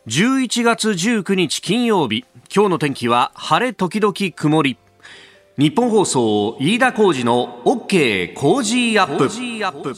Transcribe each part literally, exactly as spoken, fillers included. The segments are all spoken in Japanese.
じゅういちがつじゅうくにち金曜日、今日の天気は晴れ時々曇り。日本放送飯田浩司の OK コージーアップ。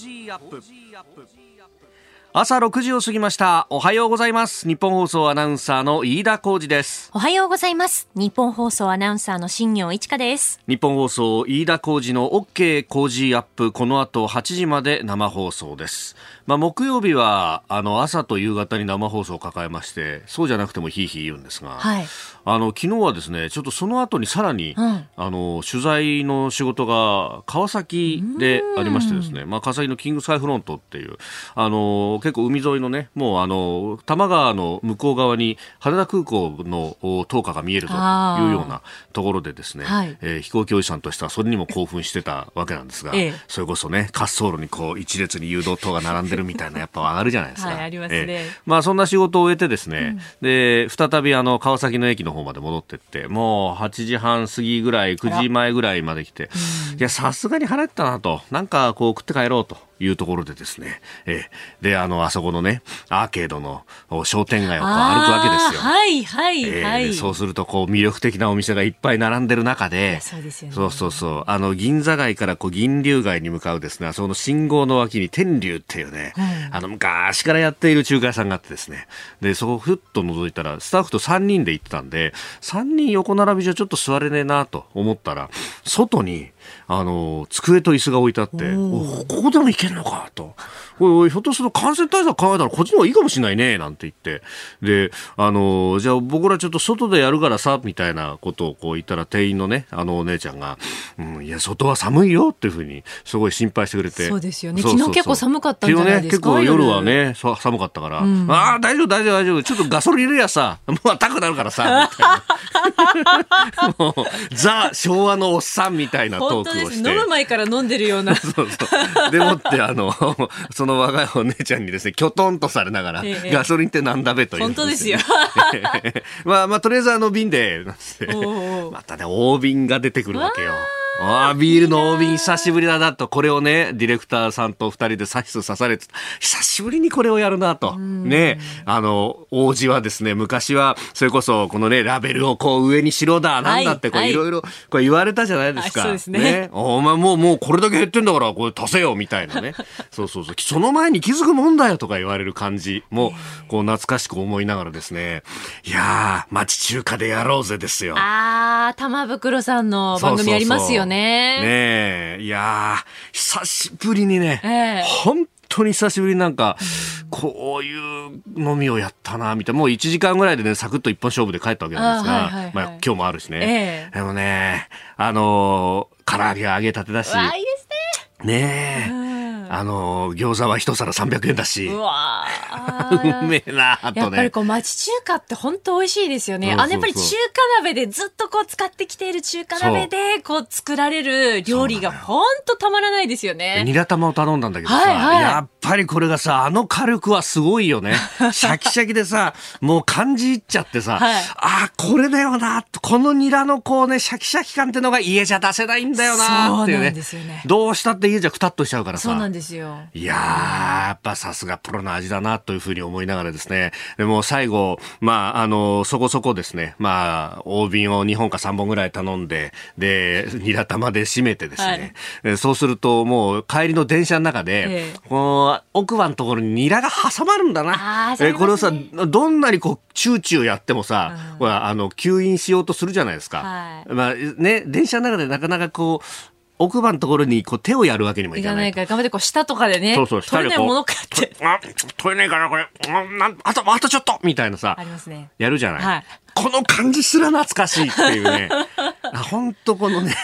朝ろくじを過ぎました。おはようございます。日本放送アナウンサーの飯田浩司です。 おはようございます。日本放送アナウンサーの新業一華です。 日本放送飯田浩司の OK コージーアップ、この後はちじまで生放送です。まあ、木曜日はあの朝と夕方に生放送を抱えまして、そうじゃなくてもヒーヒー言うんですが、はい、あの昨日はですね、ちょっとその後にさらに、うん、あの取材の仕事が川崎でありましてですね、まあ、川崎のキングスカイフロントっていうあの結構海沿いのね、もうあの多摩川の向こう側に羽田空港の灯火が見えるというようなところでですね、はい、えー、飛行機おじさんとしてはそれにも興奮してたわけなんですが、ええ、それこそね、滑走路にこう一列に誘導灯が並んでるみたいなやっぱ上がるじゃないですか。 はい、ありますね。 えー、まあそんな仕事を終えてですね、うん、で再びあの川崎の駅の方まで戻ってって、もうはちじはん過ぎぐらい、くじまえぐらいまで来て、いやさすがに腹減ったなと、なんかこう食って帰ろうというところでですね、えー、であのあそこのねアーケードの商店街をこう歩くわけですよ。 はいはいはい、 えー、そうするとこう魅力的なお店がいっぱい並んでる中で、そうですよね、そうそうそう、あの銀座街からこう銀龍街に向かうですね、その信号の脇に天龍っていうね、うん、あの昔からやっている中華屋さんがあってですね、でそこをふっと覗いたらスタッフとさんにんで行ってたんで、さんにん横並びじゃちょっと座れねえなと思ったら、外にあの机と椅子が置いてあって、おここでも行けるのかと、おいひょっとすると感染対策考えたらこっちの方がいいかもしれないねなんて言って、であのじゃあ僕らちょっと外でやるからさみたいなことをこう言ったら、店員のねあのお姉ちゃんが、うん、いや外は寒いよっていうふうにすごい心配してくれて。 そうですよね、昨日結構寒かったんじゃないですか。 昨日ね、結構夜はね寒かったから、うん、ああ大丈夫大丈夫大丈夫、ちょっとガソリン入れやさもう高くなるからさみたいなもうザ昭和のおっさんみたいなトークをして、 本当です、飲む前から飲んでるようなそうそうでもってあのその若いお姉ちゃんにですね、きょとんとされながら、ええ、ガソリンってなんだべという、 本当ですよまあまあとりあえずあの瓶でなんてまたね大瓶が出てくるわけよ。あビールの大瓶久しぶりだなと、これをねディレクターさんとふたりで指す刺されて、久しぶりにこれをやるなとね。あの王子はですね、昔はそれこそこのねラベルをこう上にしろだなんだってこういろいろこう言われたじゃないですか。 そうですね。 ね、お前もうもうこれだけ減ってんだからこれ足せよみたいなねそうそうそう、その前に気づくもんだよとか言われる感じもこう懐かしく思いながらですね、いやー町中華でやろうぜですよ。 あー玉袋さんの番組ありますよね。そうそうそうねえ、いやー久しぶりにね、えー、本当に久しぶりになんか、うん、こういう飲みをやったなみたいな。もういちじかんぐらいでねサクッと一本勝負で帰ったわけなんですが、はいはいはい、まあ、今日もあるしね、えー、でもねあのー、唐揚げ揚げたてだし、 わいいですね。 ねえ、うん、あの餃子は一皿さんびゃくえんだし、 うわうめえなとね。 やっぱりこう町中華って本当美味しいですよね。そうそうそう、あのやっぱり中華鍋でずっとこう使ってきている中華鍋でこう作られる料理が本当たまらないですよね。 ニラ玉を頼んだんだけどさ、はいはい、やっぱりこれがさあの火力はすごいよねシャキシャキでさもう感じ入っちゃってさ、はい、あこれだよな、このニラのこうねシャキシャキ感ってのが家じゃ出せないんだよなっていうね。そうなんですよね。どうしたって家じゃくたっとしちゃうからさ。 そうなんですよ。 いやーやっぱさすがプロの味だなというふうに思いながらですね、でも最後まああのそこそこですね、まあ大瓶をにほんかさんぼんぐらい頼んで、でニラ玉で締めてですね、はい、そうするともう帰りの電車の中で、ええ、この奥歯のところにニラが挟まるんだな。あ、ね、えこれをさどんなにこうチューチューやってもさ、うん、ほらあの吸引しようとするじゃないですか、はい、まあね、電車の中でなかなかこう奥歯のところにこう手をやるわけにもいかない。いかないから頑張ってこう下とかでね、そうそう下でこう取れないものかってあ取れないかなこれ、なんあとあとちょっとみたいなさ、 ありますね、 やるじゃない、 はい、 この感じすら懐かしいっていうね本当このね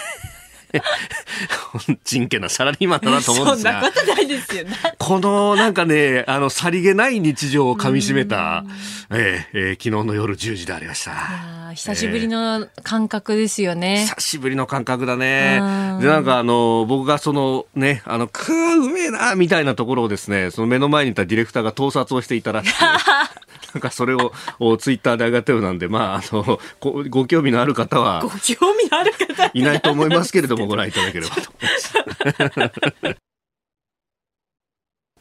真剣なサラリーマンだなと思うんですが、 そんなことないですよね。 このなんかねあのさりげない日常をかみしめた、えーえー、昨日の夜じゅうじでありました。 久しぶりの感覚ですよね、 えー、久しぶりの感覚だね。でなんかあの僕がそのねあのくーうめえなみたいなところをですね、その目の前にいたディレクターが盗撮をしていたらしくなんかそれをツイッターで上がったようなんで、まあ、あの ご, ご興味のある方はご興味のある方いないと思いますけれどもご覧いただければと思います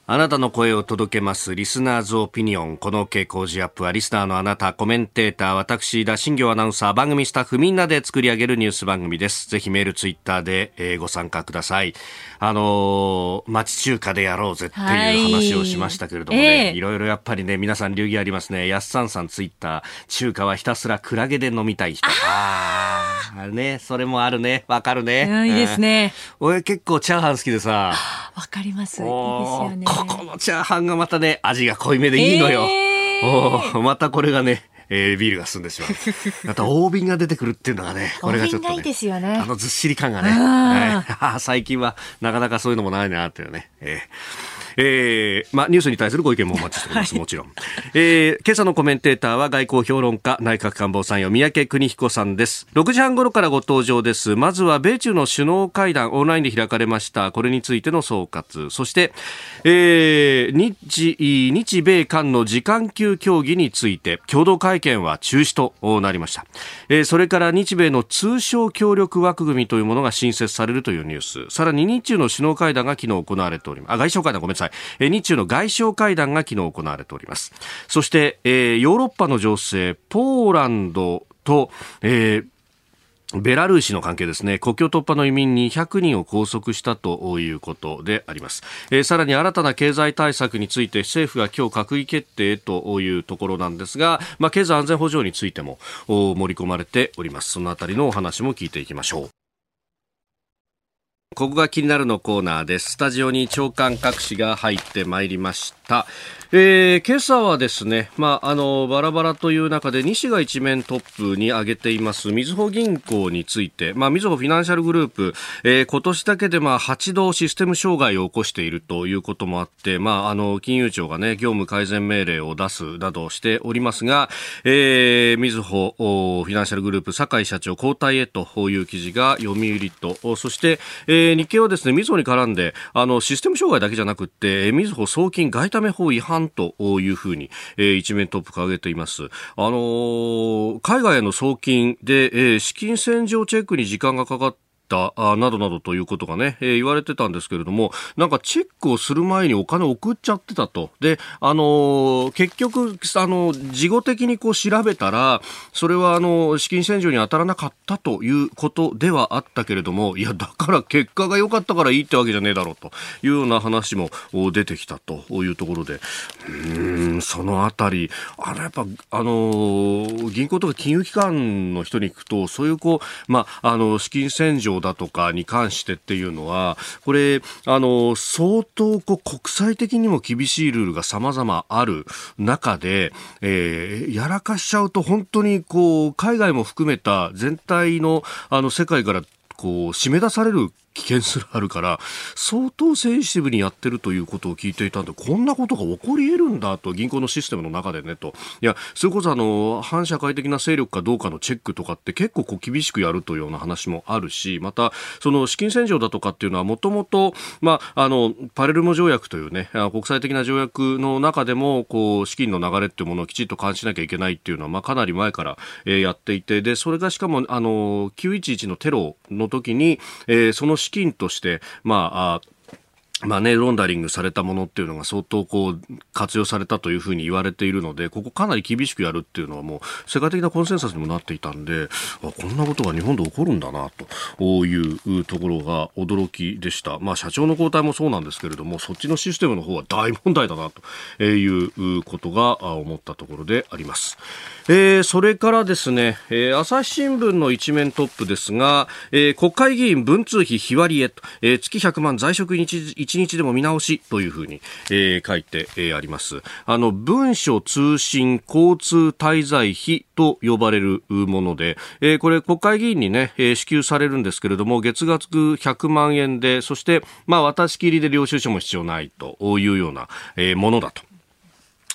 あなたの声を届けますリスナーズオピニオン。この OK 工事アップはリスナーのあなた、コメンテーター、私田新行アナウンサー、番組スタッフみんなで作り上げるニュース番組です。ぜひメールツイッターで、えー、ご参加ください。あのー、町中華でやろうぜっていう話をしましたけれどもね、はい、えー、いろいろやっぱりね皆さん流儀ありますね。やっさんさんツイッター、中華はひたすらクラゲで飲みたい人。ああね、それもあるね。わかるね。 うん、いいですね。 俺結構チャーハン好きでさ。 わかります。いいですよね。 ここのチャーハンがまたね、味が濃いめでいいのよ。えー、おまたこれがね、えー、ビールが進んでしまう。また大瓶が出てくるっていうのがね、これがちょっとね、 大瓶がいいですよね。 あのずっしり感がね、はい、最近はなかなかそういうのもないなっていうね。えーえーまあ、ニュースに対するご意見もお待ちしております、はい、もちろん、えー、今朝のコメンテーターは外交評論家内閣官房参与三宅邦彦さんです。ろくじはん頃からご登場です。まずは米中の首脳会談オンラインで開かれました。これについての総括、そして、えー、日, 日米韓の次官級協議について共同会見は中止となりました。えー、それから日米の通商協力枠組みというものが新設されるというニュース、さらに日中の首脳会談が昨日行われております。あ、外相会談ごめんなさい。日中の外相会談が昨日行われております。そして、えー、ヨーロッパの情勢、ポーランドと、えー、ベラルーシの関係ですね。国境突破の移民にひゃくにんを拘束したということであります。えー、さらに新たな経済対策について政府が今日閣議決定というところなんですが、まあ、経済安全保障についても盛り込まれております。そのあたりのお話も聞いていきましょう。ここが気になるのコーナーです。スタジオに長官各紙が入ってまいりました。えー、今朝はですね、まあ、あのバラバラという中で西が一面トップに挙げていますみずほ銀行について、まあ、みずほフィナンシャルグループ、えー、今年だけでまあはちどシステム障害を起こしているということもあって、まあ、あの金融庁がね業務改善命令を出すなどしておりますが、えー、みずほフィナンシャルグループ酒井社長交代へという記事が読売と、そして、えー、日経はですねみずほに絡んであのシステム障害だけじゃなくってみずほ送金外為法違反というふうに、えー、一面トップ掲げています。あのー、海外への送金で、えー、資金洗浄チェックに時間がかかってなどなどということがね、えー、言われてたんですけれども、なんかチェックをする前にお金を送っちゃってたと。で、あのー、結局、あの、事後的にこう調べたら、それはあの、資金洗浄に当たらなかったということではあったけれども、いや、だから結果が良かったからいいってわけじゃねえだろうというような話も出てきたというところで、うーん、そのあたり、あの、やっぱ、あのー、銀行とか金融機関の人に行くと、そういうこう、まあ、あの、資金洗浄だとかに関してっていうのはこれあの相当こう国際的にも厳しいルールが様々ある中で、えー、やらかしちゃうと本当にこう海外も含めた全体のあの世界からこう締め出される危険すらあるから相当センシティブにやってるということを聞いていたんで、こんなことが起こり得るんだと、銀行のシステムの中でねと、いやそれこそあの反社会的な勢力かどうかのチェックとかって結構こう厳しくやるというような話もあるし、またその資金洗浄だとかっていうのはもともとパレルモ条約というね国際的な条約の中でもこう資金の流れっていうものをきちっと監視しなきゃいけないっていうのは、まあ、かなり前から、えー、やっていて、でそれがしかもあのきゅういちいちのテロの時に、えー、その資金として、まあ、マネーロンダリングされたものっていうのが相当こう活用されたというふうに言われているので、ここかなり厳しくやるっていうのはもう世界的なコンセンサスにもなっていたんで、あこんなことが日本で起こるんだなというところが驚きでした。まあ社長の交代もそうなんですけれども、そっちのシステムの方は大問題だなということが思ったところであります。えー、それからですね、えー、朝日新聞の一面トップですが、えー、国会議員文通費日割りへと、えー、月ひゃくまん在職一日でも見直しというふうに、えー、書いて、えー、あります。あの文書通信交通滞在費と呼ばれるもので、えー、これ国会議員にね、えー、支給されるんですけれども、月額ひゃくまんえんで、そしてまあ渡し切りで領収書も必要ないというような、えー、ものだと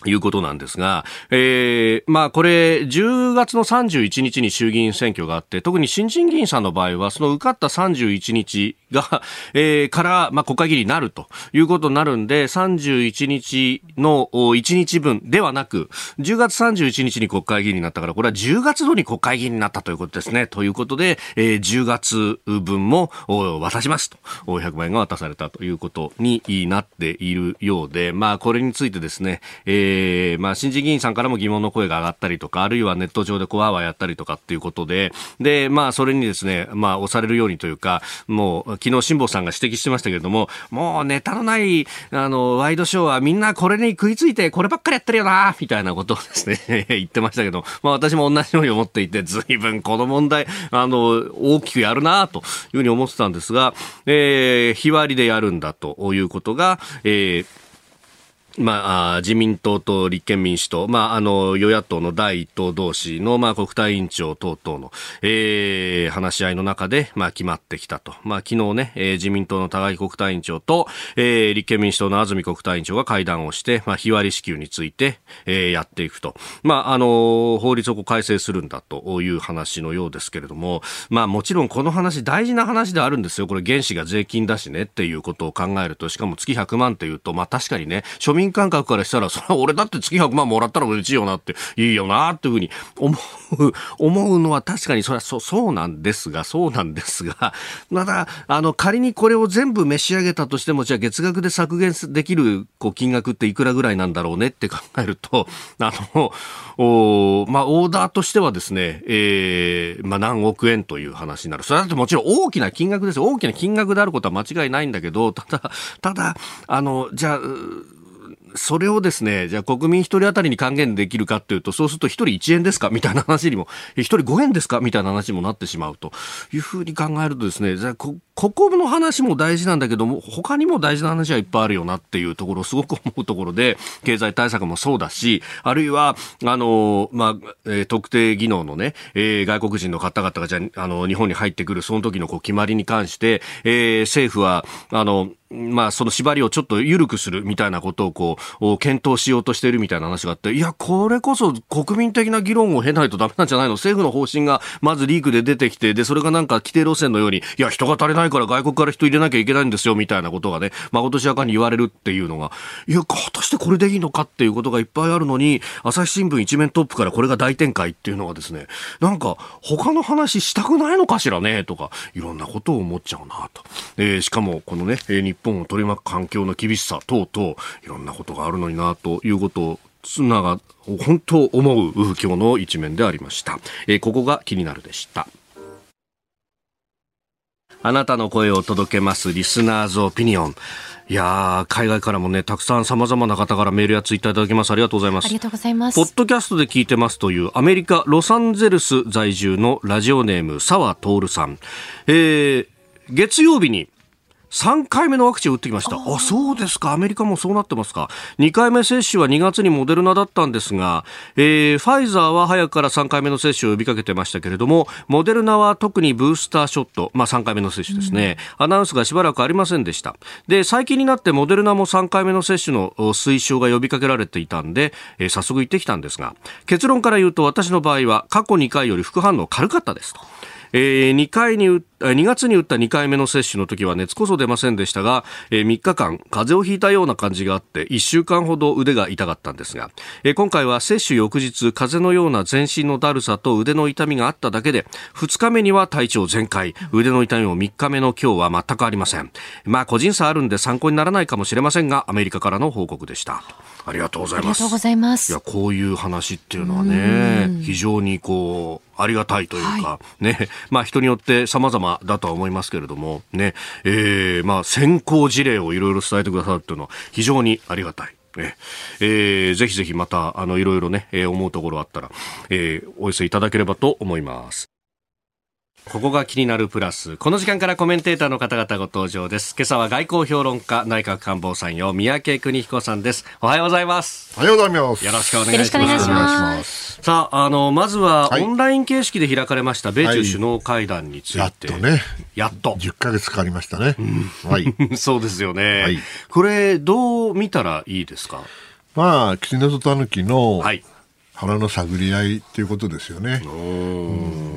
いうことなんですが、えー、まあこれじゅうがつのさんじゅういちにちに衆議院選挙があって、特に新人議員さんの場合はその受かったさんじゅういちにちが、えー、からまあ国会議員になるということになるんで、さんじゅういちにちのいちにちぶんではなくじゅうがつさんじゅういちにちに国会議員になったから、これはじゅうがつ度に国会議員になったということですね。ということで、えー、じゅうがつぶんも渡しますと、ひゃくまんえんが渡されたということになっているようで、まあこれについてですね、えーえーまあ、新人議員さんからも疑問の声が上がったりとか、あるいはネット上でこうあわやったりとかっていうことで、で、まあ、それにですね、まあ、押されるようにというか、もう、昨日辛坊さんが指摘してましたけれども、もうネタのない、あの、ワイドショーはみんなこれに食いついて、こればっかりやってるよな、みたいなことをですね、言ってましたけど、まあ、私も同じように思っていて、ずいぶんこの問題、あの、大きくやるな、というふうに思ってたんですが、えー、日割りでやるんだということが、えーまあ、自民党と立憲民主党、まあ、あの、与野党の第一党同士の、まあ、国対委員長等々の、えー、話し合いの中で、まあ、決まってきたと。まあ、昨日ね、えー、自民党の高木国対委員長と、えー、立憲民主党の安住国対委員長が会談をして、まあ、日割り支給について、えー、やっていくと。まあ、あの、法律をこう改正するんだという話のようですけれども、まあ、もちろんこの話、大事な話であるんですよ。これ、原資が税金だしねっていうことを考えると、しかも月ひゃくまんっていうと、まあ、確かにね、庶民感覚からしたら、それは俺だって月ひゃくまんもらったら嬉しいよなって、いいよなっていうふうに思う、思うのは確かにそれはそう、そうなんですが、そうなんですが、まだ、あの、仮にこれを全部召し上げたとしても、じゃあ月額で削減できる、こう、金額っていくらぐらいなんだろうねって考えると、あの、おまあ、オーダーとしてはですね、えー、まあ、何億円という話になる。それだってもちろん大きな金額ですよ。大きな金額であることは間違いないんだけど、ただ、ただ、あの、じゃあ、それをですね、じゃあ国民一人当たりに還元できるかっていうと、そうすると一人いちえんですかみたいな話にも、一人ごえんですかみたいな話にもなってしまうというふうに考えるとですね、じゃあこ、ここの話も大事なんだけども、他にも大事な話はいっぱいあるよなっていうところをすごく思うところで、経済対策もそうだし、あるいは、あの、まあ、えー、特定技能のね、えー、外国人の方々がじゃあ、あの、日本に入ってくるその時のこう決まりに関して、えー、政府は、あの、まあ、その縛りをちょっと緩くするみたいなことをこう検討しようとしているみたいな話があって、いやこれこそ国民的な議論を経ないとダメなんじゃないの。政府の方針がまずリークで出てきて、でそれがなんか規定路線のように、いや人が足りないから外国から人入れなきゃいけないんですよみたいなことがね、まことしやかに言われるっていうのが、いや果たしてこれでいいのかっていうことがいっぱいあるのに、朝日新聞一面トップからこれが大展開っていうのはですね、なんか他の話したくないのかしらねとか、いろんなことを思っちゃうなと、えー、しかもこのね、日本を取り巻く環境の厳しさ等々いろんなことがあるのになということを妻が本当思う今日の一面でありました。えー、ここが気になるでした。あなたの声を届けますリスナーズオピニオン。いやー、海外からもね、たくさん様々な方からメールやツイッターいただきます。ありがとうございます。 ありがとうございます。 ポッドキャストで聞いてますというアメリカロサンゼルス在住のラジオネーム澤徹さん、えー、月曜日にさんかいめのワクチンを打ってきました。あ、そうですか。アメリカもそうなってますか。にかいめ接種はにがつにモデルナだったんですが、えー、ファイザーは早くからさんかいめの接種を呼びかけてましたけれども、モデルナは特にブースターショット、まあさんかいめの接種ですね、うん、アナウンスがしばらくありませんでした。で、最近になってモデルナもさんかいめの接種の推奨が呼びかけられていたんで、えー、早速行ってきたんですが、結論から言うと私の場合は過去にかいより副反応軽かったですと。えー、にかいににがつに打ったにかいめの接種の時は熱こそ出ませんでしたが、えー、みっかかん風邪をひいたような感じがあっていっしゅうかんほど腕が痛かったんですが、えー、今回は接種翌日風邪のような全身のだるさと腕の痛みがあっただけで、ふつかめには体調全開、腕の痛みもみっかめの今日は全くありません。まあ個人差あるんで参考にならないかもしれませんが、アメリカからの報告でした。ありがとうございます。ありがとうございます。いや、こういう話っていうのはね、非常にこうありがたいというか、はい、ね、まあ人によって様々だとは思いますけれどもね、えー、まあ先行事例をいろいろ伝えてくださるというのは非常にありがたい。ね、えー、ぜひぜひまたあのいろいろね、えー、思うところあったら、えー、お寄せいただければと思います。ここが気になるプラス。この時間からコメンテーターの方々ご登場です。今朝は外交評論家内閣官房参与三宅邦彦さんです。おはようございます。 おはようございます。 よろしくお願いします。よろしくお願いします。さあ、あのまずはオンライン形式で開かれました米中首脳会談について、はい、 やっとね、 やっとじゅっかげつかかりましたね。うん、はい。 そうですよね。はい、これどう見たらいいですか。 まあ狐と狸の腹の探り合いということですよね。うん、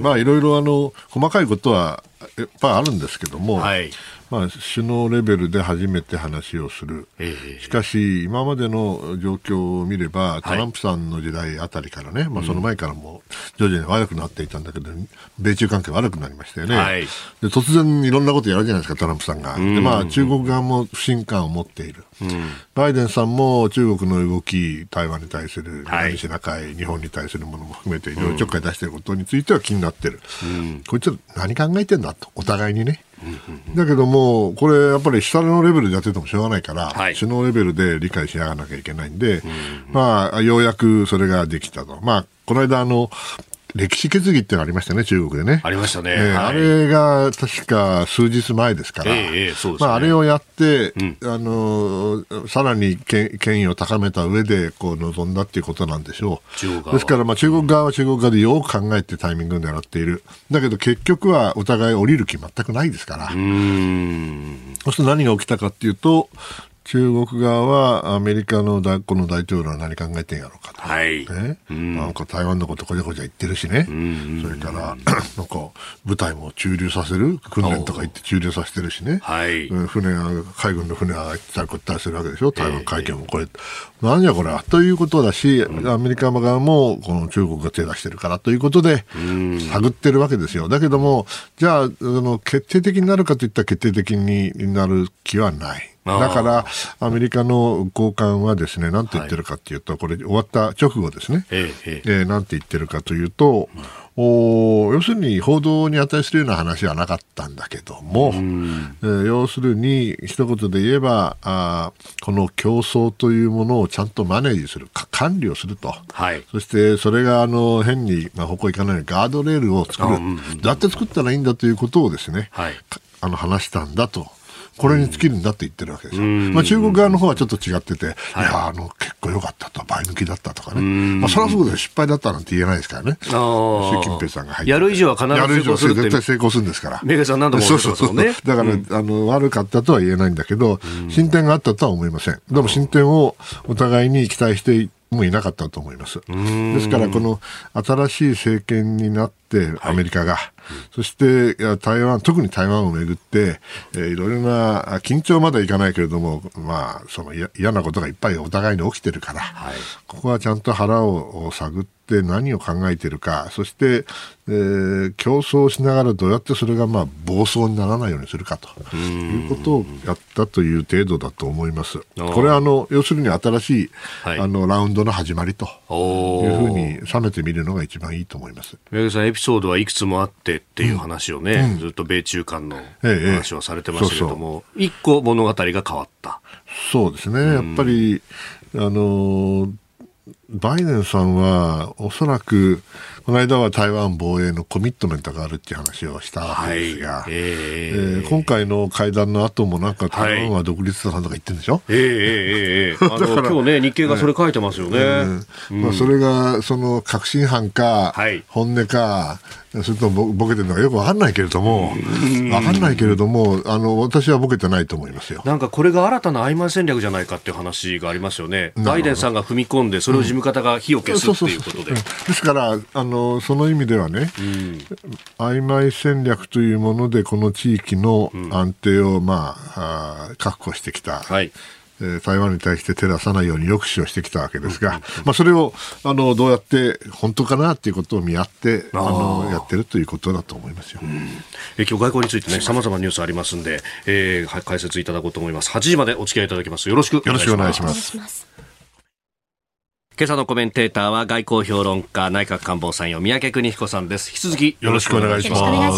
まあいろいろあの細かいことはやっぱりあるんですけども、はい、まあ、首脳レベルで初めて話をする、えー、しかし今までの状況を見ればトランプさんの時代あたりからね、はい、まあ、その前からも徐々に悪くなっていたんだけど、うん、米中関係悪くなりましたよね、はい、で突然いろんなことやるじゃないですかトランプさんが、うん、でまあ、中国側も不信感を持っている、うん、バイデンさんも中国の動き台湾に対する南シナ海、はい、日本に対するものも含めていろいろちょっかい出していることについては気になってる、うん、こいつら何考えてんだとお互いにね、だけどもこれやっぱり下のレベルでやっててもしょうがないから、はい、首脳レベルで理解しながらなきゃいけないんで、まあ、ようやくそれができたと。まあ、この間あの歴史決議ってのありましたね中国でね。 ありましたね、 えーはい、あれが確か数日前ですから、えーそうですね、まあ、あれをやって、うん、あのさらに権威を高めた上でこう臨んだっていうことなんでしょう。ですから、まあ、中国側は中国側でよく考えてタイミングを狙っている。だけど結局はお互い降りる気全くないですから。うーん、そうすると何が起きたかっていうと中国側はアメリカのこの大統領は何考えてんやろうかと、はいね、なんか台湾のことこちゃこちゃ言ってるしね、それからなんか部隊も駐留させる訓練とか言って駐留させてるしね、はい、船が海軍の船が行ったりこったりするわけでしょ台湾海峡もこれ、えー、何やこれはということだし、アメリカ側もこの中国が手出してるからということで探ってるわけですよ。だけどもじゃあ、あの決定的になるかといったら決定的になる気はない。だからアメリカの高官はですね、なんて言ってるかというと、はい、これ終わった直後ですね、えええー、なんて言ってるかというと、うん、お要するに報道に値するような話はなかったんだけども、うんえー、要するに一言で言えばあこの競争というものをちゃんとマネージする管理をすると、はい、そしてそれがあの変に、まあ、方向いかないようにガードレールを作る、うんうん、どうやって作ったらいいんだということをですね、はい、あの話したんだと。これに尽きるんだって言ってるわけですよ。まあ、中国側の方はちょっと違ってて、はい、いやあの結構良かったと倍抜きだったとかね、まあ、それはそうで失敗だったなんて言えないですからね。習近平さんが入ってやる以上は必ず成功するって絶対成功するんですから。メガさん何度もおっしゃってますもんね。だから、うん、あの悪かったとは言えないんだけど進展があったとは思いません。でも進展をお互いに期待してもういなかったと思います。ですからこの新しい政権になってアメリカが、はい、そして台湾特に台湾をめぐって、えー、いろいろな緊張までいかないけれども、まあ、その嫌なことがいっぱいお互いに起きてるから、はい、ここはちゃんと腹を探って何を考えているか、そして、えー、競争しながらどうやってそれがまあ暴走にならないようにするかということをやったという程度だと思います。これはあの要するに新しい、はい、あのラウンドの始まりというふうに冷めてみるのが一番いいと思います。 宮家さんエピソードはいくつもあってっていう話をね、うん、ずっと米中間の話をされてましたけれども、ええ、一個物語が変わった。 そうですね、やっぱりあのバイデンさんはおそらくこの間は台湾防衛のコミットメントがあるっていう話をしたわけですが、はいえーえー、今回の会談の後もなんか台湾は独立だとか言ってるんでしょ、はい、えー、えー、えー、あの今日ね日経がそれ書いてますよね、えーうんまあ、それがその確信犯か、はい、本音かそれともボケてるのかよく分かんないけれども分かんないけれどもあの私はボケてないと思いますよ。 なんかこれが新たな曖昧戦略じゃないかっていう話がありますよね。バイデンさんが踏み込んでそれを事務方が火を消すっていうことで、 ですからあのその意味ではね、うん、曖昧戦略というものでこの地域の安定を、まあ、あ確保してきた、はいえー、台湾に対して手出さないように抑止をしてきたわけですが、うんうんうんまあ、それをあのどうやって本当かなということを見合ってあのやってるということだと思いますよ。うん、 え今日外交についてね様々なニュースありますんで、えー、解説いただこうと思います。はちじまでお付き合いいただきます。よろしくお願いします。よろしくお願いします。今朝のコメンテーターは外交評論家内閣官房参与三宅邦彦さんです。引き続きよろしくお願いします。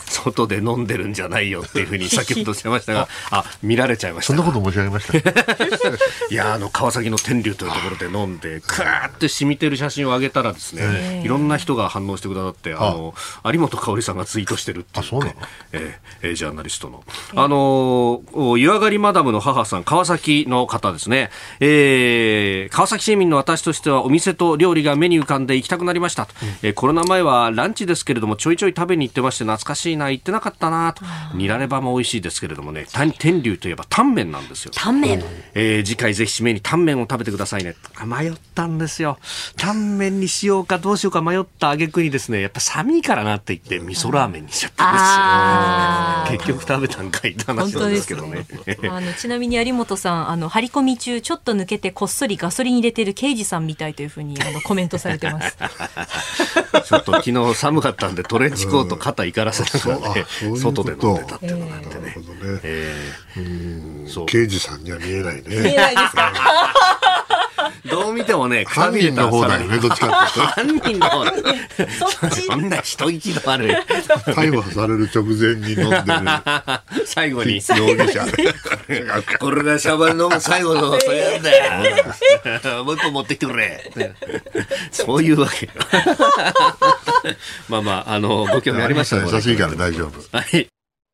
外で飲んでるんじゃないよっていうふうに先ほどおっしゃいましたがあ見られちゃいました。 そんなこと申し上げましたいやあの川崎の天竜というところで飲んでクーって染みてる写真を上げたらですねいろんな人が反応してくださってあの有本香織さんがツイートしてるっていう、 あそうなの、 えー、ジャーナリストのあの湯上がりマダムの母さん川崎の方ですね、えー、川崎市民の私としてはお店と料理が目に浮かんで行きたくなりましたと、うんえー、コロナ前はランチですけれどもちょいちょい食べに行ってまして懐かしいなな行ってなかったなと。ニラレバも美味しいですけれどもね、天竜といえばタンメンなんですよ。 タンメン、 えー、次回ぜひ締めにタンメンを食べてくださいね。迷ったんですよ。タンメンにしようかどうしようか迷った挙句にですね、やっぱ寒いからなって言って味噌ラーメンにしちゃったんですよ。結局食べたんかいって話なんですけどね。 あのちなみに有本さん、あの張り込み中ちょっと抜けてこっそりガソリン入れてる刑事さんみたいというふうにあのコメントされてますちょっと昨日寒かったんでトレンチコート肩いからせながらね、うん、外で飲んでたっていうのがあってね、えーえー、そう刑事さんには見えないね。 見えないですかどう見てもね、 犯人の方だよね、どっちかって犯人の方だそんな人気の悪い逮捕される直前に飲んでる最後に容疑者これがシャバに飲む最後のそれなんだよもう一個持ってきてくれそういうわけまあまあ、あのご興味ありましたら優しいから大丈夫。はい。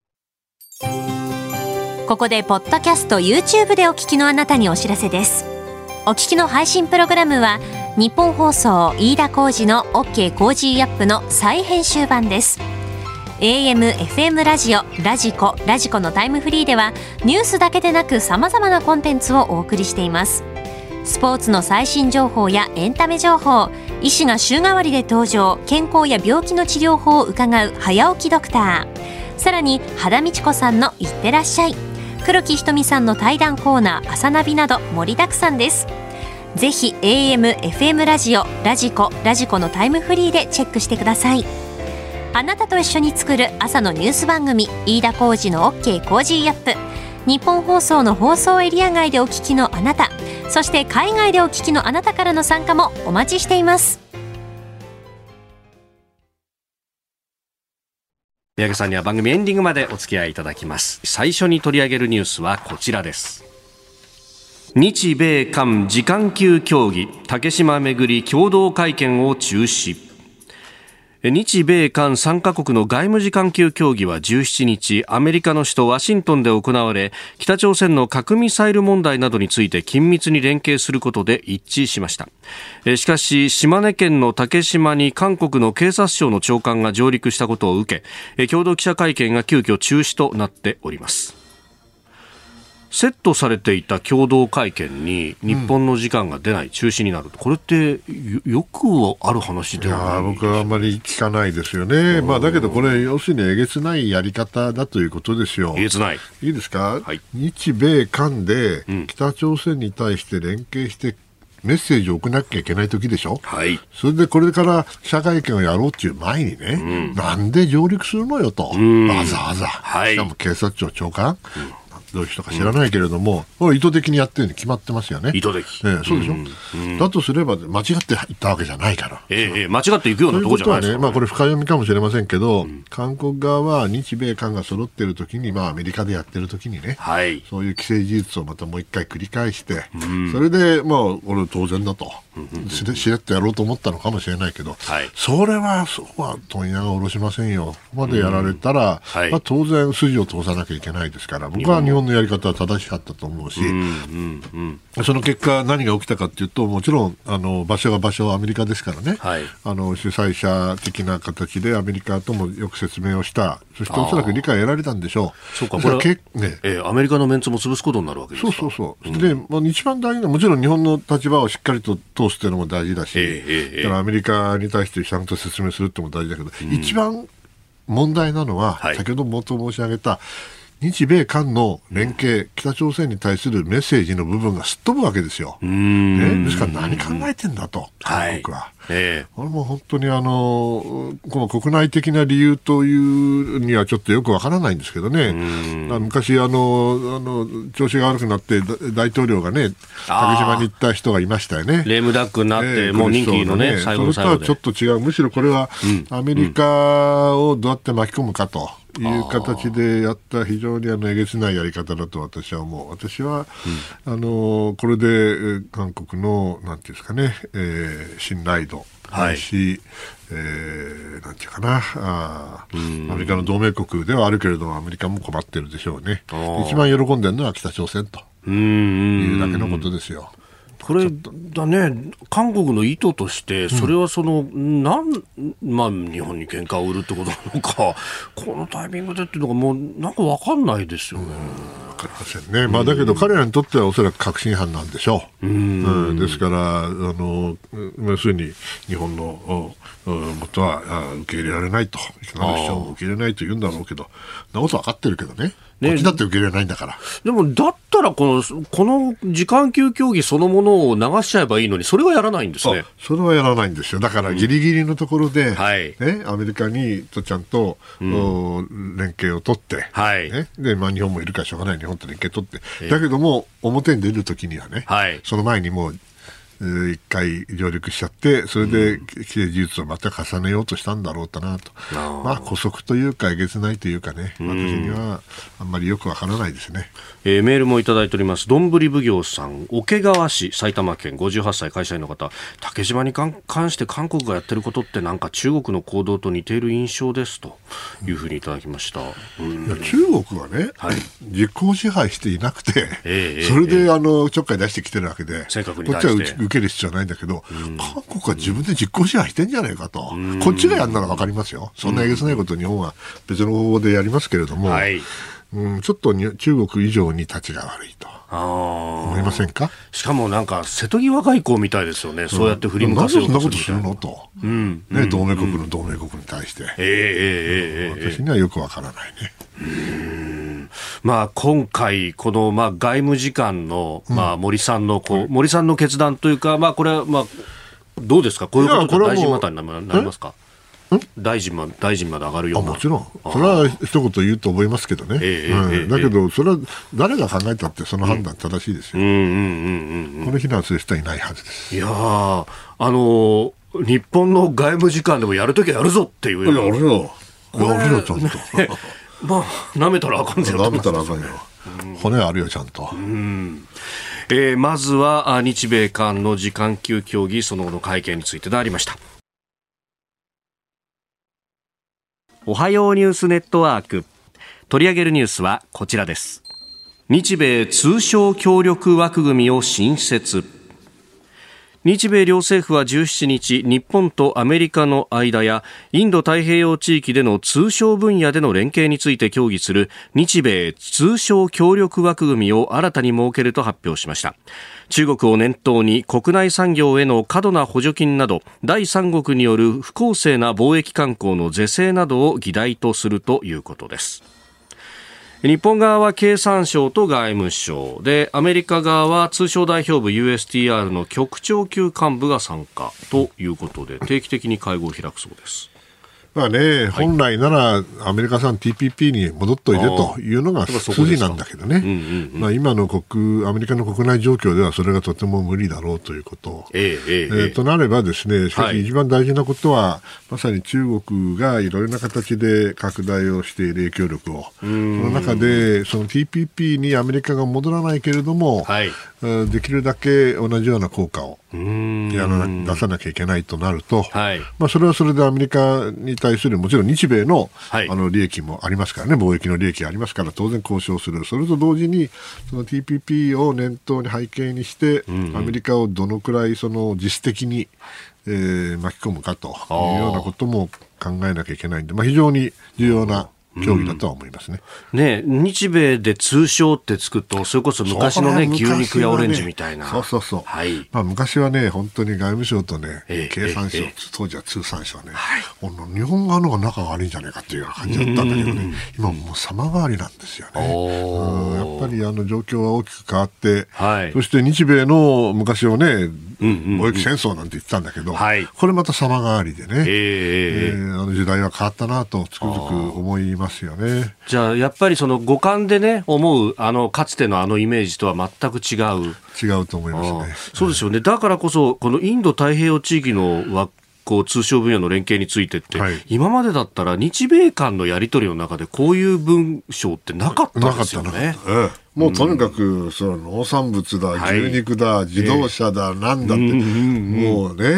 ここでポッドキャスト YouTube でお聞きのあなたにお知らせです。お聞きの配信プログラムは日本放送飯田浩司の OK コージーアップの再編集版です。 エーエム、エフエム ラジオ、ラジコ、ラジコのタイムフリーではニュースだけでなく様々なコンテンツをお送りしています。スポーツの最新情報やエンタメ情報、医師が週替わりで登場、健康や病気の治療法を伺う早起きドクター、さらに羽田美智子さんのいってらっしゃい、黒木ひとみさんの対談コーナー朝ナビなど盛りだくさんです。ぜひ エーエム、エフエム ラジオ、ラジコ、ラジコのタイムフリーでチェックしてください。あなたと一緒に作る朝のニュース番組、飯田浩司の OK コージーアップ。日本放送の放送エリア外でお聞きのあなた、そして海外でお聞きのあなたからの参加もお待ちしています。 三宅さんには番組エンディングまでお付き合いいただきます。最初に取り上げるニュースはこちらです。日米韓次官級協議、竹島めぐり共同会見を中止。日米韓さんカ国の外務次官級協議はじゅうしちにち、アメリカの首都ワシントンで行われ、北朝鮮の核ミサイル問題などについて緊密に連携することで一致しました。しかし、島根県の竹島に韓国の警察庁の長官が上陸したことを受け、共同記者会見が急遽中止となっております。セットされていた共同会見に日本の時間が出ない、うん、中止になると、これってよくある話ではない。いや、 僕はあんまり聞かないですよね。まあ、だけどこれ要するにえげつないやり方だということですよ。 えげつない。 いいですか、はい、日米韓で北朝鮮に対して連携してメッセージを送らなきゃいけない時でしょ、はい、それでこれから記者会見をやろうっていう前にね、うん、なんで上陸するのよと、うん、わざわざ、はい、しかも警察庁長官、うんどういう人か知らないけれども、うん、意図的にやってるに決まってますよね。 意図的、 ええ、そうでしょ、うんうん、だとすれば間違っていったわけじゃないから、 ええ、間違っていくようなところじゃないですか。 ということはね、まあ、これ深読みかもしれませんけど、うん、韓国側は日米韓が揃っている時に、まあ、アメリカでやってる時にね、はい、そういう既成事実をまたもう一回繰り返して、うん、それで、まあ、俺当然だと、うん、しれしれっとやろうと思ったのかもしれないけど、はい、それはそうは問屋が下ろしませんよ。ここまでやられたら、うんはいまあ、当然筋を通さなきゃいけないですから、僕は日本のやり方は正しかったと思うし、うんうんうん、その結果何が起きたかというと、もちろんあの場所が場所はアメリカですからね、はい、あの主催者的な形でアメリカともよく説明をした。そしておそらく理解を得られたんでしょう。 そうか、これは、ねえー、アメリカのメンツも潰すことになるわけですか。 そうそうそう、うん、で、まあ、一番大事なのはもちろん日本の立場をしっかりと通すというのも大事だし、えーえー、だからアメリカに対してちゃんと説明するっても大事だけど、うん、一番問題なのは、はい、先ほど冒頭申し上げた日米韓の連携、うん、北朝鮮に対するメッセージの部分がすっ飛ぶわけですよ。うーん、ね、ですから何考えてんだと、韓国は、はいえー、これも本当にあのこの国内的な理由というにはちょっとよくわからないんですけどね。あ昔あのあの調子が悪くなって大統領がね竹島に行った人がいましたよね。 レームダックになって、えー、もう任期のね最後の最後で、 それとはちょっと違う。むしろこれはアメリカをどうやって巻き込むかという形でやった非常にあのえげつないやり方だと私は思う。私は、うん、あのこれで韓国のなんていうんですかね、えー、信頼度ないし、はいえー、なんていうかなあアメリカの同盟国ではあるけれどもアメリカも困ってるでしょうね。一番喜んでるのは北朝鮮というだけのことですよ。 これだね、韓国の意図としてそれはその、うん、なん、まあ、日本に喧嘩を売るってことなのか、このタイミングでっていうのがもうなんか分かんないですよね。 分かりませんね、まあ、だけど彼らにとってはおそらく確信犯なんでしょう。うん、うん、ですからあの要するに日本の元は受け入れられないと、いかなる人も受け入れないと言うんだろうけど、そんなこと分かってるけどね、こっちだって受け入れないんだから。 でもだったらこの、この時間給協議そのものを流しちゃえばいいのに、それはやらないんですね。 それはやらないんですよ。だからギリギリのところで、うん、はいね、アメリカにとちゃんと、うん、連携を取って、はいね、でまあ、日本もいるからしょうがない、日本と連携取って、えー、だけども表に出るときにはね、はい、その前にもう一回上陸しちゃって、それで既成事実をまた重ねようとしたんだろうかなと、うん、まあ姑息というかえげつないというかね、私にはあんまりよくわからないですね。 えー、メールもいただいております。どんぶり奉行さん、桶川市埼玉県ごじゅうはっさい会社員の方、竹島に関して韓国がやってることってなんか中国の行動と似ている印象ですというふうにいただきました。 うん、いや中国はね、はい、実効支配していなくて、えー、それで、えー、あのちょっかい出してきてるわけで、正確にこっちは受ける必要はないんだけど、うん、韓国は自分で実効支配してんじゃないかと、うん、こっちがやるなら分かりますよ。そんなえげつないことを日本は別の方法でやりますけれども、はい、うん、ちょっと中国以上に立ちが悪いと思いませんか。 しかもなんか瀬戸際外交みたいですよね、うん、そうやって振り向かせようとするみたいな。なんでそんなことするのと、うんね、同盟国の同盟国に対して、うん、えーえーえー、私にはよくわからないね。うーん、まあ、今回この、まあ、外務次官の、まあ、森さんのこう、森さんの決断というか、まあ、これは、まあ、どうですか、こういうことが大臣またになりますか。大臣ま大臣まで上がるような。 あ、もちろんそれは一言言うと思いますけどね、えーうんえー、だけどそれは誰が考えたってその判断正しいですよ。この非難する人はいないはずです。 いやー、あのー、日本の外務次官でもやるときはやるぞっていうよ。 やるよ、やるよちゃんと、ね、 まあ舐めたらあかんぜよ。 舐めたらあかんよ、骨あるよちゃんと。うん、 えー、まずは日米韓の時間給協議その後の会見についてでありました。おはようニュースネットワーク、取り上げるニュースはこちらです。日米通商協力枠組みを新設。日米両政府はじゅうしちにち、日本とアメリカの間やインド太平洋地域での通商分野での連携について協議する日米通商協力枠組みを新たに設けると発表しました。中国を念頭に国内産業への過度な補助金など第三国による不公正な貿易慣行の是正などを議題とするということです。日本側は経産省と外務省で、アメリカ側は通商代表部 ユーエスティーアール の局長級幹部が参加ということで、定期的に会合を開くそうです。 まあね、本来ならアメリカ産 ティーピーピー に戻っといてというのが筋なんだけどね、まあ、今の国アメリカの国内状況ではそれがとても無理だろうということ、えーえーえー、となればですね、しかし一番大事なことは、はい、まさに中国がいろいろな形で拡大をしている影響力を、その中でその ティーピーピー にアメリカが戻らないけれども、はい、できるだけ同じような効果をやらな出さなきゃいけないとなると、はい、まあ、それはそれでアメリカに対するもちろん日米 の,、はい、あの利益もありますからね、貿易の利益がありますから当然交渉する。それと同時にその ティーピーピー を念頭に背景にして、うんうん、アメリカをどのくらいその実質的に、えー、巻き込むかというようなことも考えなきゃいけないんで、まあ、非常に重要な競技だとは思いますね。 うん、ね、日米で通商ってつくとそれこそ昔のね、牛肉やオレンジみたいな。 そうそうそう、はい、まあ、昔はね本当に外務省とね、えー、経産省、えー、当時は通産省ね、はい、日本側の方が仲が悪いんじゃないかっていうような感じだったんだけどね、今もう様変わりなんですよね。うん、やっぱりあの状況は大きく変わって、はい、そして日米の昔はね貿易戦争なんて言ってたんだけど、はい、これまた様変わりでね、えーえー、あの時代は変わったなとつくづく思いますよね。 じゃあやっぱりその五感でね思うあのかつてのあのイメージとは全く違う違うと思いますね。 そうですよね。だからこそこのインド太平洋地域の枠こう通商分野の連携についてって、はい、今までだったら日米間のやり取りの中でこういう文章ってなかったですよね。なかったな、ええ、 もうとにかくその農産物だ、牛肉だ、はい、自動車だ、なんだって、もうね